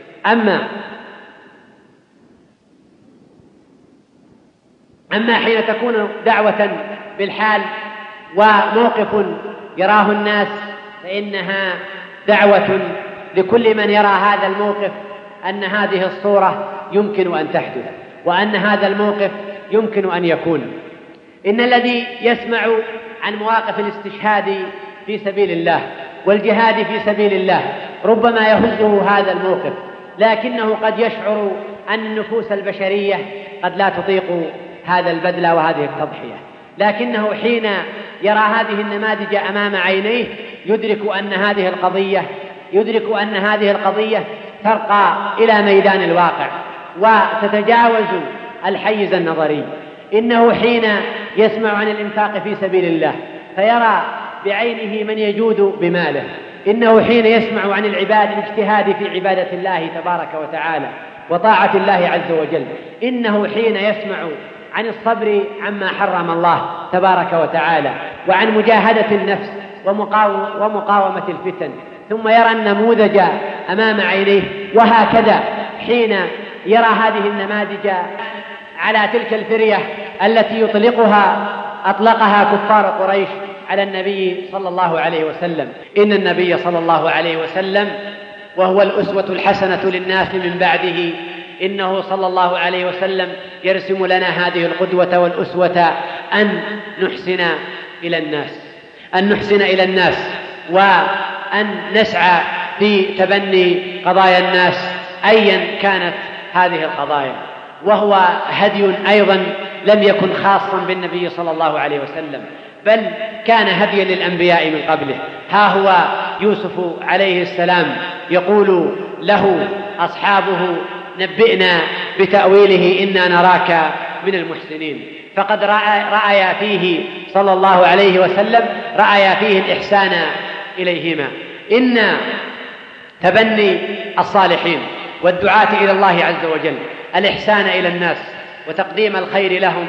أما حين تكون دعوة بالحال وموقف يراه الناس فإنها دعوة لكل من يرى هذا الموقف أن هذه الصورة يمكن أن تحدث وأن هذا الموقف يمكن أن يكون. إن الذي يسمع عن مواقف الاستشهاد في سبيل الله والجهاد في سبيل الله ربما يهزه هذا الموقف، لكنه قد يشعر أن النفوس البشرية قد لا تطيق هذا البذل وهذه التضحية، لكنه حين يرى هذه النماذج أمام عينيه يدرك أن هذه القضية ترقى إلى ميدان الواقع وتتجاوز الحيز النظري. إنه حين يسمع عن الإنفاق في سبيل الله فيرى بعينه من يجود بماله، إنه حين يسمع عن الاجتهاد في عبادة الله تبارك وتعالى وطاعة الله عز وجل، إنه حين يسمع عن الصبر عما حرم الله تبارك وتعالى وعن مجاهدة النفس ومقاومة الفتن، ثم يرى النموذج أمام عينيه. وهكذا حين يرى هذه النماذج على تلك الفرية التي أطلقها كفار قريش على النبي صلى الله عليه وسلم. إن النبي صلى الله عليه وسلم وهو الأسوة الحسنة للناس من بعده، إنه صلى الله عليه وسلم يرسم لنا هذه القدوة والأسوة أن نحسن إلى الناس وأن نسعى في تبني قضايا الناس أيا كانت هذه القضايا. وهو هدي أيضا لم يكن خاصا بالنبي صلى الله عليه وسلم، بل كان هديا للأنبياء من قبله. ها هو يوسف عليه السلام يقول له أصحابه: نبئنا بتأويله إنا نراك من المحسنين. فقد رأى فيه صلى الله عليه وسلم فيه الإحسان إليهما. إن تبني الصالحين والدعاة إلى الله عز وجل الإحسان إلى الناس وتقديم الخير لهم،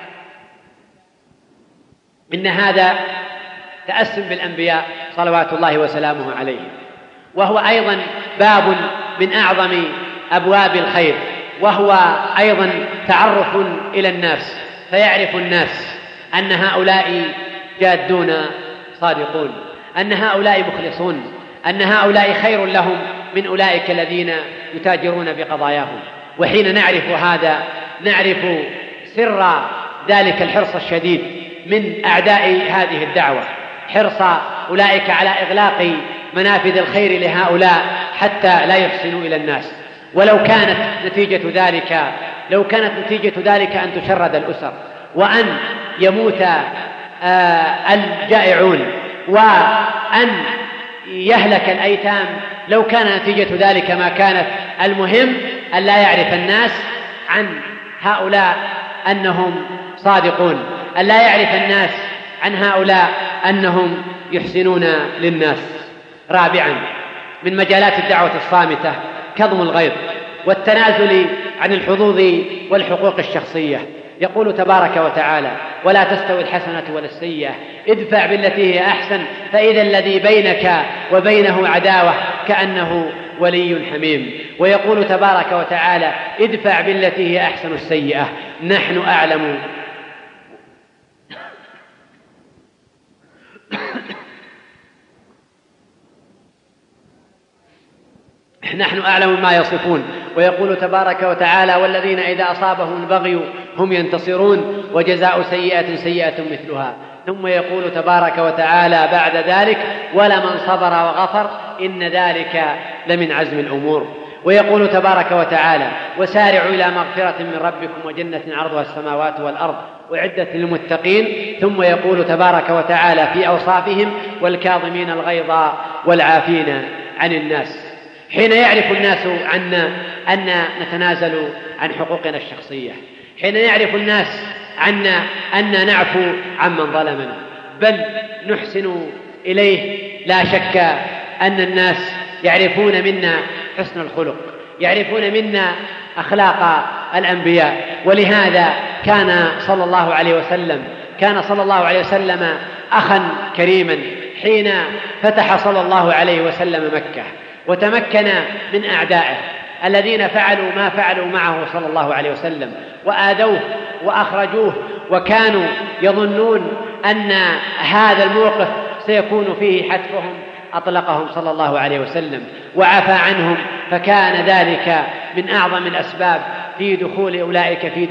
إن هذا تأسم بالأنبياء صلوات الله وسلامه عليهم، وهو أيضا باب من أعظم أبواب الخير، وهو أيضا تعرف إلى الناس، فيعرف الناس أن هؤلاء جادون صادقون، أن هؤلاء مخلصون، أن هؤلاء خير لهم من أولئك الذين يتاجرون بقضاياهم. وحين نعرف هذا نعرف سر ذلك الحرص الشديد من أعداء هذه الدعوة، حرص أولئك على إغلاق منافذ الخير لهؤلاء حتى لا يحسنوا إلى الناس. ولو كانت نتيجة ذلك أن تشرد الأسر، وأن يموت الجائعون، وأن يهلك الأيتام، لو كان نتيجة ذلك ما كانت. المهم أن لا يعرف الناس عن هؤلاء أنهم صادقون، أن لا يعرف الناس عن هؤلاء أنهم يحسنون للناس. رابعا، من مجالات الدعوة الصامتة كظم الغيظ والتنازل عن الحظوظ والحقوق الشخصية. يقول تبارك وتعالى: ولا تستوي الحسنة ولا السيئة ادفع بالتي هي أحسن فإذا الذي بينك وبينه عداوة كأنه ولي حميم. ويقول تبارك وتعالى: ادفع بالتي هي أحسن السيئة نحن أعلم ما يصفون. ويقول تبارك وتعالى: والذين إذا أصابهم البغي هم ينتصرون وجزاء سيئة سيئة مثلها. ثم يقول تبارك وتعالى بعد ذلك: ولمن صبر وغفر إن ذلك لمن عزم الأمور. ويقول تبارك وتعالى: وسارعوا إلى مغفرة من ربكم وجنة عرضها السماوات والأرض أعدت للمتقين. ثم يقول تبارك وتعالى في أوصافهم: والكاظمين الغيظ والعافين عن الناس. حين يعرف الناس عنا أن نتنازل عن حقوقنا الشخصية، حين يعرف الناس عنا أن نعفو عمن ظلمنا بل نحسن إليه، لا شك أن الناس يعرفون منا حسن الخلق، يعرفون منا أخلاق الأنبياء. ولهذا كان صلى الله عليه وسلم أخا كريما حين فتح صلى الله عليه وسلم مكة وتمكن من أعدائه الذين فعلوا ما فعلوا معه صلى الله عليه وسلم وآذوه وأخرجوه، وكانوا يظنون أن هذا الموقف سيكون فيه حتفهم. أطلقهم صلى الله عليه وسلم وعفى عنهم، فكان ذلك من أعظم الأسباب في دخول أولئك في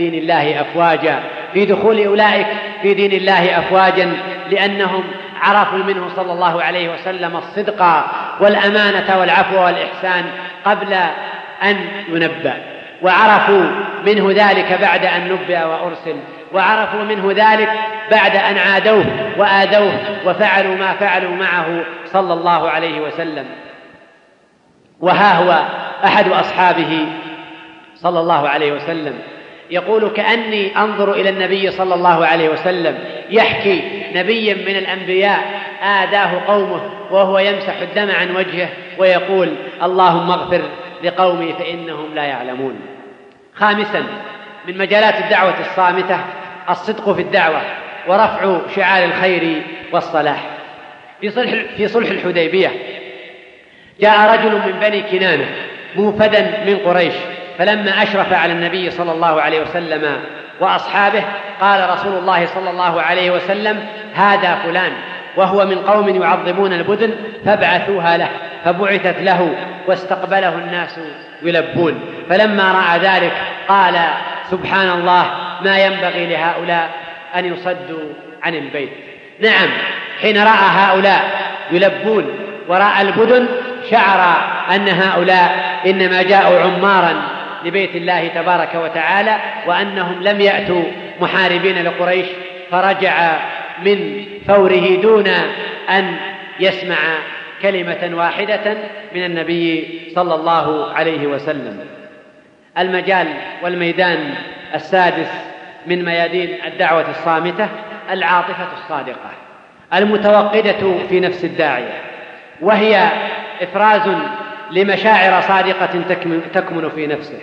دين الله أفواجا، لأنهم عرفوا منه صلى الله عليه وسلم الصدق والأمانة والعفو والإحسان قبل أن ينبأ، وعرفوا منه ذلك بعد أن نبأ وأرسل، وعرفوا منه ذلك بعد أن عادوه وآذوه وفعلوا ما فعلوا معه صلى الله عليه وسلم. وها هو أحد أصحابه صلى الله عليه وسلم يقول: كأني أنظر إلى النبي صلى الله عليه وسلم يحكي نبيا من الأنبياء آذاه قومه وهو يمسح الدم عن وجهه ويقول: اللهم اغفر لقومي فإنهم لا يعلمون. خامسا، من مجالات الدعوة الصامتة الصدق في الدعوة ورفع شعار الخير والصلاح. في صلح الحديبية جاء رجل من بني كنانة موفدا من قريش، فلما أشرف على النبي صلى الله عليه وسلم وأصحابه قال رسول الله صلى الله عليه وسلم: هذا فلان وهو من قوم يعظمون البدن فابعثوها له، فبعثت له واستقبله الناس يلبون. فلما رأى ذلك قال: سبحان الله، ما ينبغي لهؤلاء أن يصدوا عن البيت. نعم، حين رأى هؤلاء يلبون وراء البدن شعر أن هؤلاء إنما جاءوا عمارا لبيت الله تبارك وتعالى، وأنهم لم يأتوا محاربين لقريش، فرجع من فوره دون أن يسمع كلمة واحدة من النبي صلى الله عليه وسلم. المجال والميدان السادس من ميادين الدعوة الصامتة العاطفة الصادقة المتوقدة في نفس الداعية، وهي إفراز لمشاعر صادقة تكمن في نفسه،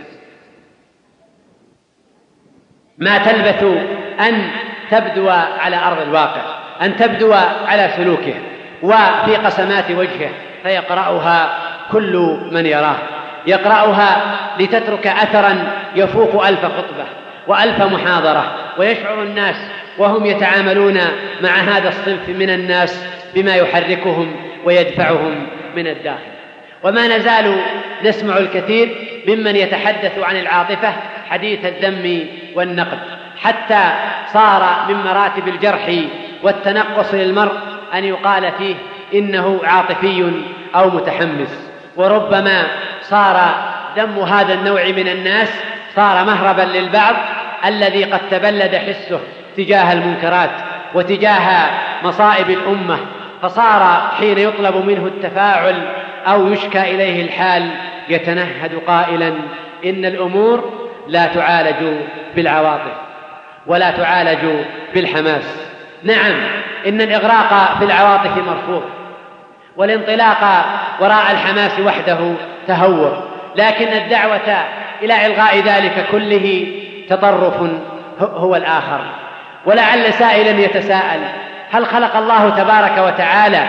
ما تلبث أن تبدو على أرض الواقع، أن تبدو على سلوكه وفي قسمات وجهه، فيقرأها كل من يراه، يقرأها لتترك أثرا يفوق 1000 خطبة و1000 محاضرة، ويشعر الناس وهم يتعاملون مع هذا الصنف من الناس بما يحركهم ويدفعهم من الداخل. وما نزال نسمع الكثير ممن يتحدث عن العاطفة حديث الذم والنقد، حتى صار من مراتب الجرح والتنقص للمرء أن يقال فيه إنه عاطفي أو متحمس. وربما صار ذم هذا النوع من الناس صار مهربا للبعض الذي قد تبلد حسه تجاه المنكرات وتجاه مصائب الأمة، فصار حين يطلب منه التفاعل أو يشكى إليه الحال يتنهد قائلا إن الأمور لا تعالج بالعواطف ولا تعالج بالحماس. نعم، إن الإغراق في العواطف مرفوض، والانطلاق وراء الحماس وحده تهور، لكن الدعوة إلى إلغاء ذلك كله تطرف هو الآخر. ولعل سائلا يتساءل: هل خلق الله تبارك وتعالى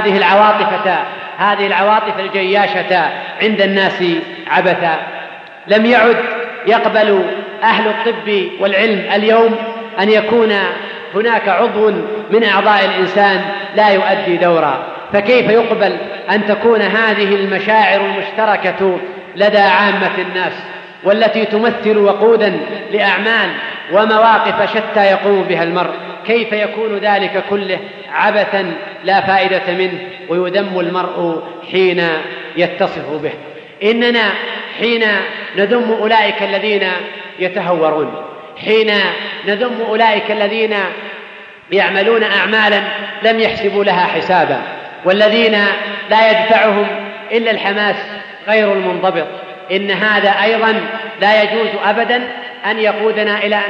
هذه العواطف الجياشة عند الناس عبثا؟ لم يعد يقبل أهل الطب والعلم اليوم أن يكون هناك عضو من أعضاء الإنسان لا يؤدي دورا، فكيف يقبل أن تكون هذه المشاعر المشتركة لدى عامة الناس والتي تمثل وقودا لأعمال ومواقف شتى يقوم بها المرء، كيف يكون ذلك كله عبثا لا فائدة منه ويذم المرء حين يتصف به؟ إننا حين نذم أولئك الذين يتهورون، حين نذم أولئك الذين يعملون أعمالا لم يحسبوا لها حسابا، والذين لا يدفعهم إلا الحماس غير المنضبط، إن هذا أيضا لا يجوز أبدا أن يقودنا إلى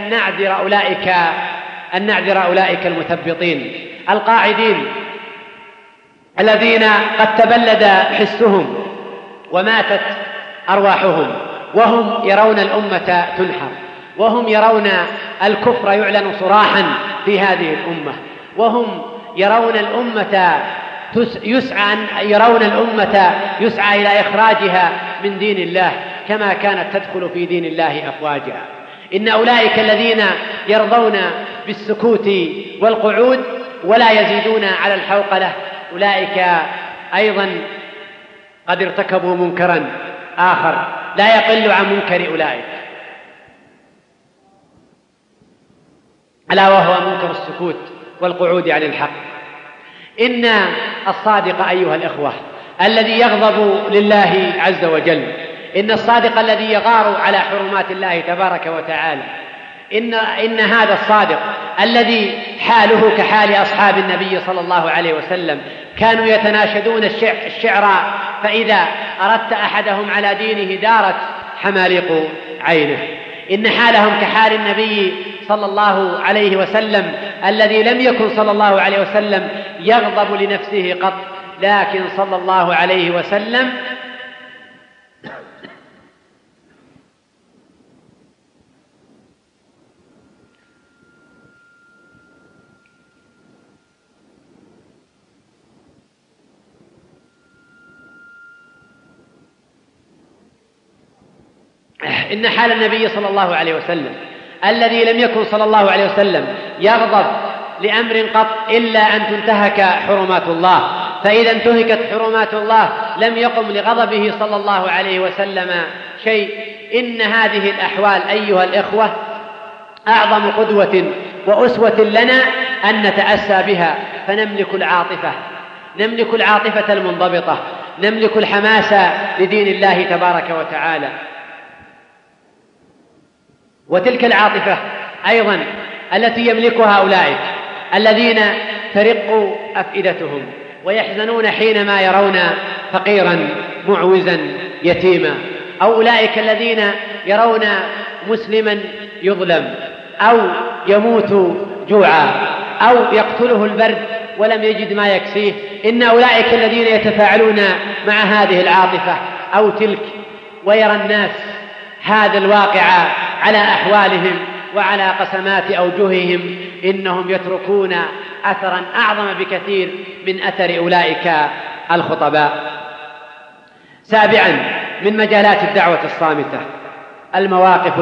أن نعذر أولئك المثبطين القاعدين الذين قد تبلد حسهم وماتت أرواحهم، وهم يرون الأمة تنحر، وهم يرون الكفر يعلن صراحا في هذه الأمة، وهم يرون الأمة يسعى إلى إخراجها من دين الله كما كانت تدخل في دين الله أفواجها. إن أولئك الذين يرضون بالسكوت والقعود ولا يزيدون على الحوقلة أولئك أيضا قد ارتكبوا منكرا آخر لا يقل عن منكر أولئك، ألا وهو منكر السكوت والقعود عن الحق. إن الصادق أيها الإخوة الذي يغضب لله عز وجل، إن الصادق الذي يغار على حرمات الله تبارك وتعالى، إن هذا الصادق الذي حاله كحال أصحاب النبي صلى الله عليه وسلم، كانوا يتناشدون الشعر فإذا أردت أحدهم على دينه دارت حمالق عينه. إن حالهم كحال النبي صلى الله عليه وسلم الذي لم يكن صلى الله عليه وسلم يغضب لنفسه قط، لكن صلى الله عليه وسلم إن حال النبي صلى الله عليه وسلم الذي لم يكن صلى الله عليه وسلم يغضب لأمر قط إلا أن تنتهك حرمات الله، فإذا انتهكت حرمات الله لم يقم لغضبه صلى الله عليه وسلم شيء. إن هذه الأحوال أيها الإخوة أعظم قدوة وأسوة لنا أن نتأسى بها، فنملك العاطفة المنضبطة، نملك الحماس لدين الله تبارك وتعالى. وتلك العاطفة أيضا التي يملكها أولئك الذين ترق أفئدتهم ويحزنون حينما يرون فقيرا معوزا يتيما، أو أولئك الذين يرون مسلما يظلم أو يموت جوعا أو يقتله البرد ولم يجد ما يكسيه. إن أولئك الذين يتفاعلون مع هذه العاطفة أو تلك ويرى الناس هذا الواقع على أحوالهم وعلى قسمات أوجههم، إنهم يتركون أثرا أعظم بكثير من أثر أولئك الخطباء. سابعا من مجالات الدعوة الصامتة المواقف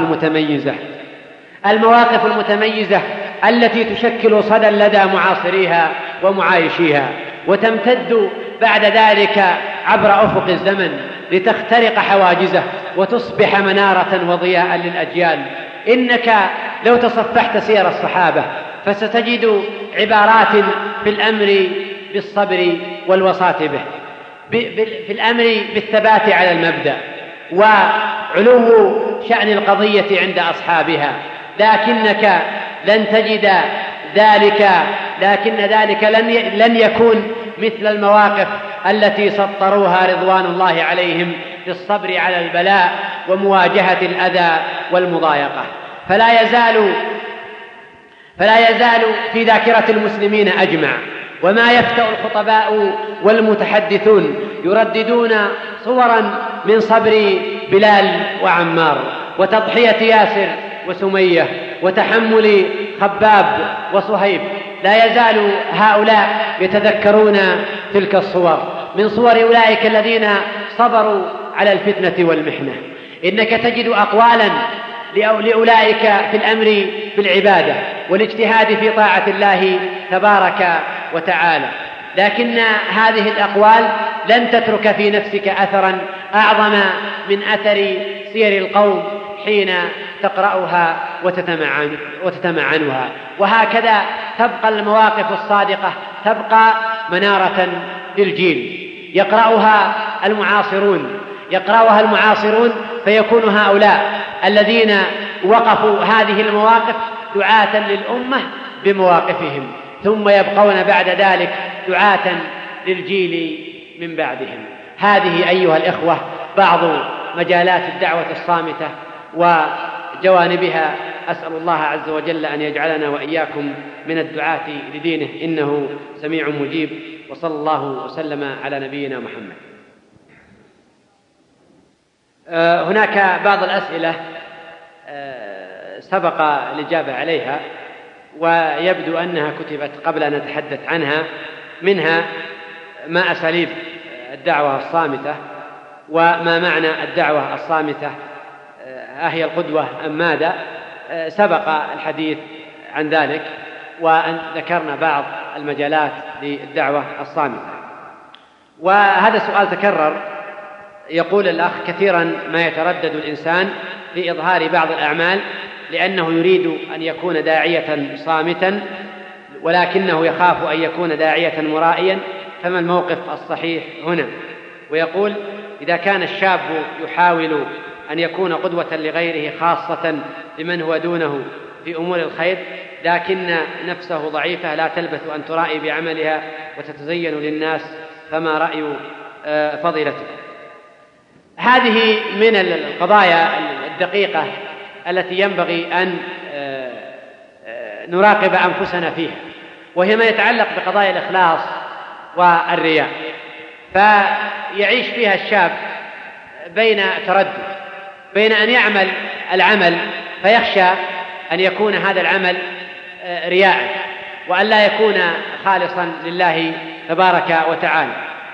المتميزة التي تشكل صدى لدى معاصريها ومعايشيها، وتمتد بعد ذلك عبر أفق الزمن لتخترق حواجزه وتصبح منارة وضياء للأجيال. إنك لو تصفحت سير الصحابة فستجد عبارات في الأمر بالصبر والوصاة به، في الأمر بالثبات على المبدأ وعلو شأن القضية عند أصحابها، لكنك لن تجد ذلك، لكن ذلك لن يكون مثل المواقف التي سطروها رضوان الله عليهم بالصبر على البلاء ومواجهة الأذى والمضايقة. فلا يزال في ذاكرة المسلمين أجمع، وما يفتأ الخطباء والمتحدثون يرددون صورا من صبر بلال وعمار، وتضحية ياسر وسمية، وتحمل خباب وصهيب. لا يزال هؤلاء يتذكرون تلك الصور من صور أولئك الذين صبروا على الفتنة والمحنة. إنك تجد أقوالا لأولئك في الأمر بالعبادة والاجتهاد في طاعة الله تبارك وتعالى، لكن هذه الأقوال لن تترك في نفسك أثرا أعظم من أثر سير القوم حين تقرأها وتتمعنها. وهكذا تبقى المواقف الصادقة تبقى منارة للجيل يقرأها المعاصرون فيكون هؤلاء الذين وقفوا هذه المواقف دعاة للأمة بمواقفهم، ثم يبقون بعد ذلك دعاة للجيل من بعدهم. هذه أيها الإخوة بعض مجالات الدعوة الصامتة وجوانبها. أسأل الله عز وجل أن يجعلنا وإياكم من الدعاة لدينه، إنه سميع مجيب. وصلى الله وسلم على نبينا محمد. هناك بعض الأسئلة سبق الإجابة عليها، ويبدو أنها كتبت قبل أن نتحدث عنها. منها ما أساليب الدعوة الصامتة، وما معنى الدعوة الصامتة، أهي القدوة أم ماذا؟ سبق الحديث عن ذلك، وأن ذكرنا بعض المجالات للدعوة الصامتة. وهذا السؤال تكرر. يقول الأخ: كثيرا ما يتردد الإنسان في إظهار بعض الأعمال لأنه يريد أن يكون داعية صامتا، ولكنه يخاف أن يكون داعية مرائيا، فما الموقف الصحيح هنا؟ ويقول: إذا كان الشاب يحاول أن يكون قدوة لغيره، خاصة لمن هو دونه في أمور الخير، لكن نفسه ضعيفة لا تلبث أن ترائي بعملها وتتزين للناس، فما رأي فضيلتكم؟ هذه من القضايا الدقيقة التي ينبغي أن نراقب أنفسنا فيها، وهي ما يتعلق بقضايا الإخلاص والرياء. فيعيش فيها الشاب بين تردد، بين أن يعمل العمل فيخشى أن يكون هذا العمل رياء وأن لا يكون خالصا لله تبارك وتعالى،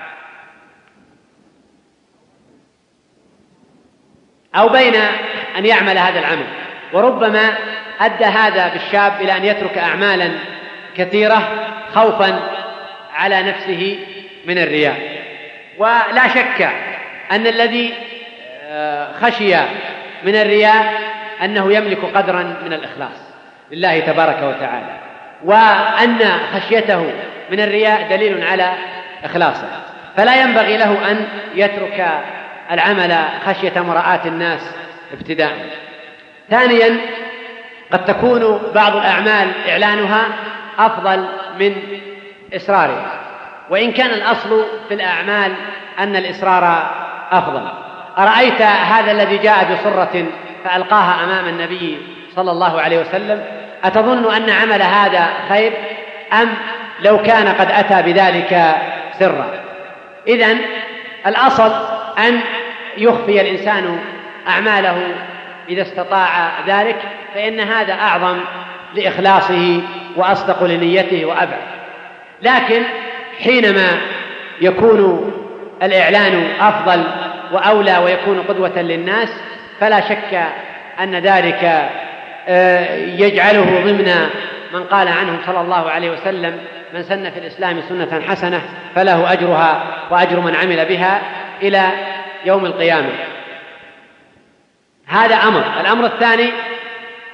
أو بين أن يعمل هذا العمل. وربما أدى هذا بالشاب إلى أن يترك أعمالا كثيرة خوفا على نفسه من الرياء. ولا شك أن الذي خشي من الرياء أنه يملك قدرا من الإخلاص لله تبارك وتعالى، وأن خشيته من الرياء دليل على إخلاصه، فلا ينبغي له أن يترك العمل خشية مراءة الناس ابتداء. ثانيا، قد تكون بعض الأعمال إعلانها أفضل من إسرارها، وإن كان الأصل في الأعمال أن الإسرار أفضل. أرأيت هذا الذي جاء بصرة فألقاها أمام النبي صلى الله عليه وسلم، أتظن أن عمل هذا خير أم لو كان قد أتى بذلك سرا؟ إذن الأصل أن يخفي الإنسان أعماله إذا استطاع ذلك، فإن هذا أعظم لإخلاصه وأصدق لنيته وأبعد. لكن حينما يكون الإعلان أفضل وأولى ويكون قدوة للناس، فلا شك أن ذلك يجعله ضمن من قال عنهم صلى الله عليه وسلم: من سن في الإسلام سنة حسنة فله أجرها وأجر من عمل بها إلى يوم القيامة. هذا أمر. الأمر الثاني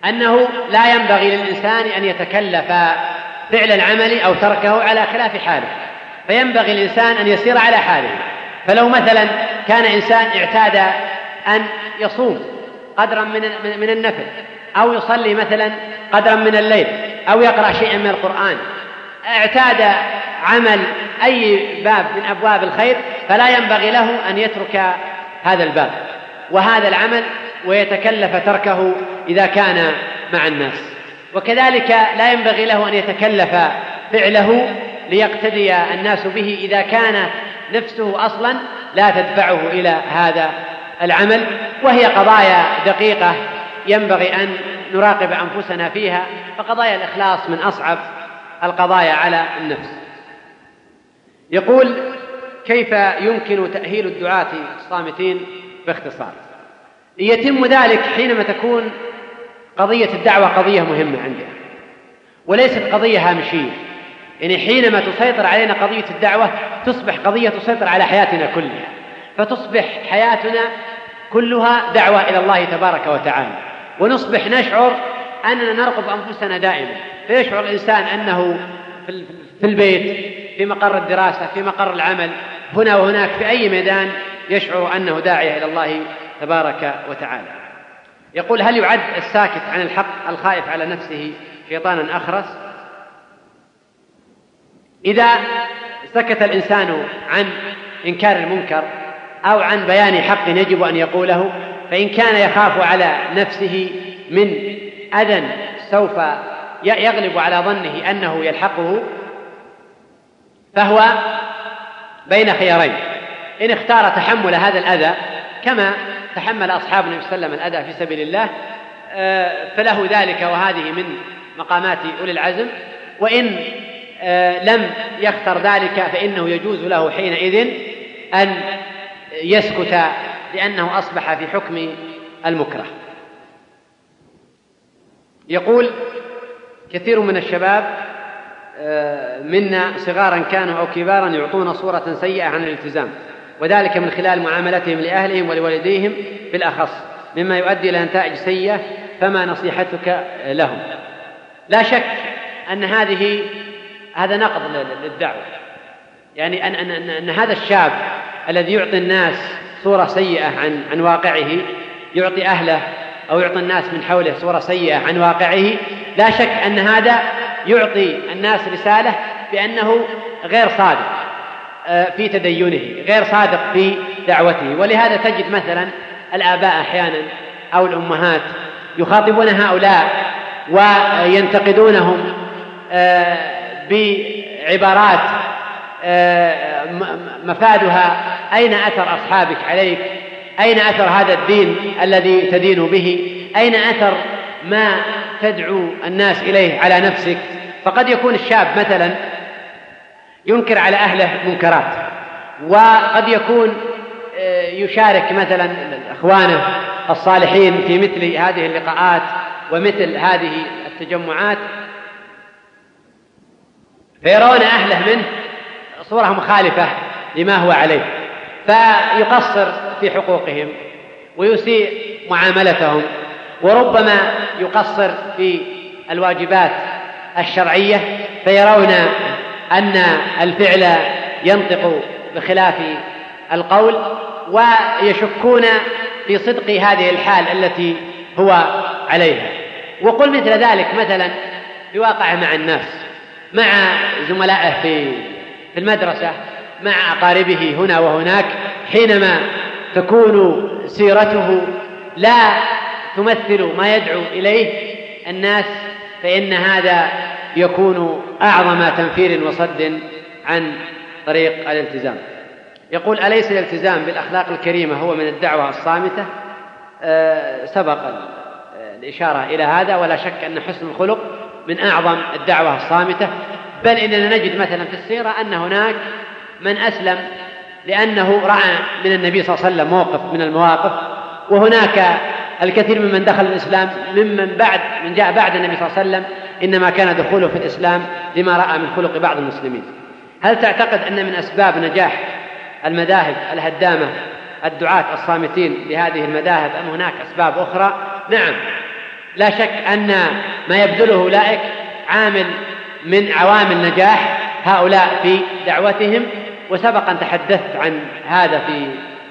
أنه لا ينبغي للإنسان أن يتكلف فعل العمل أو تركه على خلاف حاله، فينبغي الإنسان أن يسير على حاله. فلو مثلا كان إنسان اعتاد أن يصوم قدرا من النفل، أو يصلي مثلا قدرا من الليل، أو يقرأ شيئا من القرآن، اعتاد عمل أي باب من أبواب الخير، فلا ينبغي له أن يترك هذا الباب وهذا العمل ويتكلف تركه إذا كان مع الناس. وكذلك لا ينبغي له أن يتكلف فعله ليقتدي الناس به إذا كان نفسه أصلا لا تدفعه إلى هذا العمل، وهي قضايا دقيقة ينبغي أن نراقب أنفسنا فيها، فقضايا الإخلاص من أصعب القضايا على النفس. يقول: كيف يمكن تأهيل الدعاة الصامتين باختصار؟ يتم ذلك حينما تكون قضية الدعوة قضية مهمة عندنا وليست قضية هامشية. يعني حينما تسيطر علينا قضية الدعوة تصبح قضية تسيطر على حياتنا كلها، فتصبح حياتنا كلها دعوة إلى الله تبارك وتعالى، ونصبح نشعر أننا نرقب أنفسنا دائما، فيشعر الإنسان أنه في البيت، في مقر الدراسة، في مقر العمل، هنا وهناك، في أي ميدان يشعر أنه داعية إلى الله تبارك وتعالى. يقول: هل يعد الساكت عن الحق الخائف على نفسه شيطانا أخرس؟ إذا سكت الإنسان عن إنكار المنكر أو عن بيان حق يجب أن يقوله، فإن كان يخاف على نفسه من أذى سوف يغلب على ظنه أنه يلحقه، فهو بين خيارين: إن اختار تحمل هذا الأذى كما تحمل أصحاب النبي صلى الله عليه وسلم الأذى في سبيل الله فله ذلك، وهذه من مقامات أولي العزم. وإن لم يختر ذلك فإنه يجوز له حينئذ أن يسكت لأنه أصبح في حكم المكره. يقول: كثير من الشباب منا صغارا كانوا أو كبارا يعطون صورة سيئة عن الالتزام، وذلك من خلال معاملتهم لأهلهم ولوالديهم بالأخص، مما يؤدي إلى نتائج سيئة، فما نصيحتك لهم؟ لا شك أن هذا نقض للدعوة، يعني أن هذا الشاب الذي يعطي الناس صورة سيئة عن واقعه، يعطي أهله أو يعطي الناس من حوله صورة سيئة عن واقعه، لا شك أن هذا يعطي الناس رسالة بأنه غير صادق في تدينه، غير صادق في دعوته. ولهذا تجد مثلا الآباء أحيانا أو الأمهات يخاطبون هؤلاء وينتقدونهم بعبارات مفادها: أين أثر أصحابك عليك؟ أين أثر هذا الدين الذي تدين به؟ أين أثر ما تدعو الناس إليه على نفسك؟ فقد يكون الشاب مثلا ينكر على أهله منكرات، وقد يكون يشارك مثلا أخوانه الصالحين في مثل هذه اللقاءات ومثل هذه التجمعات، فيرون أهله منه صورة مخالفة لما هو عليه، فيقصر في حقوقهم ويسيء معاملتهم، وربما يقصر في الواجبات الشرعية، فيرون أن الفعل ينطق بخلاف القول، ويشكون في صدق هذه الحال التي هو عليها. وقل مثل ذلك مثلا في واقعه مع الناس، مع زملائه في المدرسة، مع أقاربه هنا وهناك، حينما تكون سيرته لا تمثل ما يدعو إليه الناس، فإن هذا يكون أعظم تنفير وصد عن طريق الالتزام. يقول: أليس الالتزام بالأخلاق الكريمة هو من الدعوة الصامتة؟ سبق الإشارة إلى هذا، ولا شك أن حسن الخلق من أعظم الدعوة الصامتة، بل إننا نجد مثلا في السيرة أن هناك من أسلم لأنه رأى من النبي صلى الله عليه وسلم موقف من المواقف، وهناك الكثير ممن دخل الإسلام من جاء بعد النبي صلى الله عليه وسلم إنما كان دخوله في الإسلام لما رأى من خلق بعض المسلمين. هل تعتقد أن من أسباب نجاح المذاهب الهدامة الدعاة الصامتين لهذه المذاهب أم هناك أسباب أخرى؟ نعم، لا شك أن ما يبذله أولئك عامل من عوامل نجاح هؤلاء في دعوتهم، وسبق أن تحدثت عن هذا في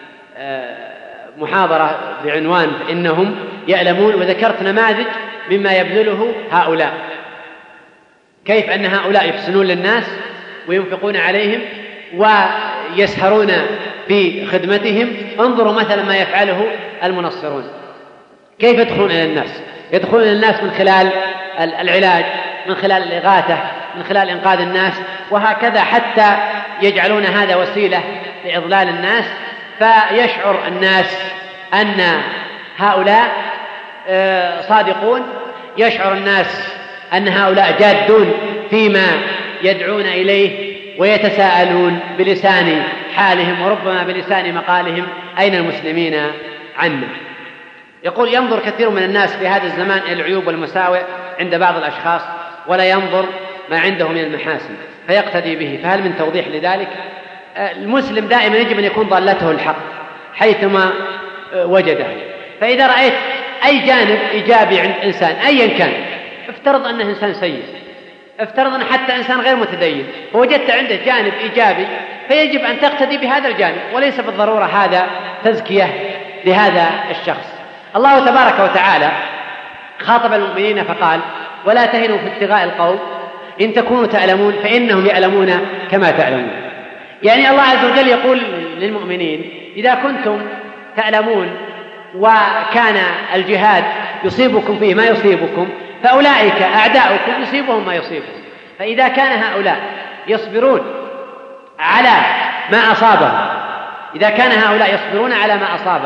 محاضرة بعنوان إنهم يعلمون، وذكرت نماذج مما يبذله هؤلاء، كيف أن هؤلاء يحسنون للناس وينفقون عليهم ويسهرون في خدمتهم. انظروا مثلا ما يفعله المنصرون، كيف يدخلون إلى الناس؟ يدخلون إلى الناس من خلال العلاج، من خلال الإغاثة، من خلال إنقاذ الناس، وهكذا حتى يجعلون هذا وسيلة لإضلال الناس، فيشعر الناس أن هؤلاء صادقون، يشعر الناس أن هؤلاء جادون فيما يدعون إليه، ويتساءلون بلسان حالهم وربما بلسان مقالهم أين المسلمين عنا. يقول ينظر كثير من الناس في هذا الزمان إلى العيوب والمساوئ عند بعض الأشخاص ولا ينظر ما عنده من المحاسن فيقتدي به، فهل من توضيح لذلك؟ المسلم دائما يجب أن يكون ضالته الحق حيثما وجده، فإذا رأيت أي جانب إيجابي عند إنسان أيا كان، افترض أنه إنسان سيء، افترض أنه حتى إنسان غير متدين، ووجدت عنده جانب إيجابي، فيجب أن تقتدي بهذا الجانب، وليس بالضرورة هذا تزكية لهذا الشخص. الله تبارك وتعالى خاطب المؤمنين فقال ولا تهنوا في ابتغاء القوم إن تكونوا تعلمون فإنهم يعلمون كما تعلمون. يعني الله عز وجل يقول للمؤمنين إذا كنتم تعلمون وكان الجهاد يصيبكم فيه ما يصيبكم، فأولئك أعداؤكم يصيبهم ما يصيبهم. فإذا كان هؤلاء يصبرون على ما أصابهم، إذا كان هؤلاء يصبرون على ما أصابهم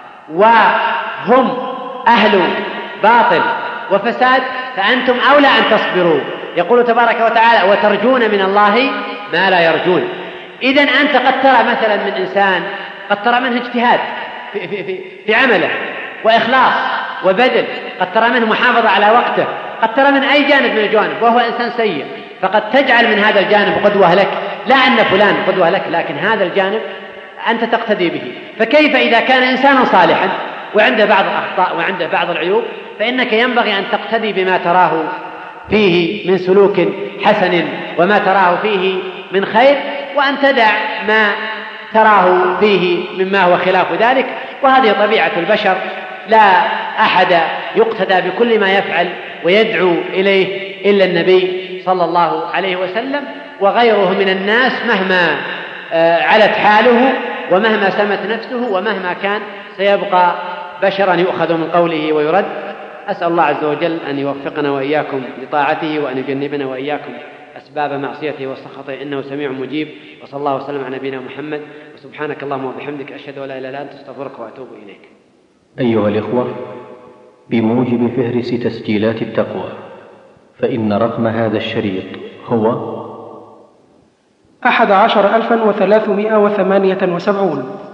وهم أهل باطل وفساد، فأنتم أولى أن تصبروا. يقول تبارك وتعالى وترجون من الله ما لا يرجون. إذن أنت قد ترى مثلا من إنسان قد ترى منه اجتهاد في عمله وإخلاص وبذل، قد ترى منه محافظة على وقته، قد ترى من أي جانب من الجوانب وهو إنسان سيء، فقد تجعل من هذا الجانب قدوة لك، لا أن فلان قدوة لك، لكن هذا الجانب أنت تقتدي به. فكيف إذا كان إنسانا صالحا وعنده بعض الأخطاء وعنده بعض العيوب، فإنك ينبغي أن تقتدي بما تراه فيه من سلوك حسن وما تراه فيه من خير، وأن تدع ما تراه فيه مما هو خلاف ذلك. وهذه طبيعة البشر، لا أحد يقتدى بكل ما يفعل ويدعو إليه إلا النبي صلى الله عليه وسلم، وغيره من الناس مهما علت حاله ومهما سمت نفسه ومهما كان سيبقى بشرا يؤخذ من قوله ويرد. أسأل الله عز وجل أن يوفقنا وإياكم لطاعته وأن يجنبنا وإياكم أسباب معصيته وسخطه، إنه سميع مجيب. وصلى الله وسلم على نبينا محمد، وسبحانك اللهم وبحمدك أشهد أن لا إله إلا أنت أستغفرك وأتوب إليك. أيها الإخوة، بموجب فهرس تسجيلات التقوى، فإن رقم هذا الشريط هو 11,378.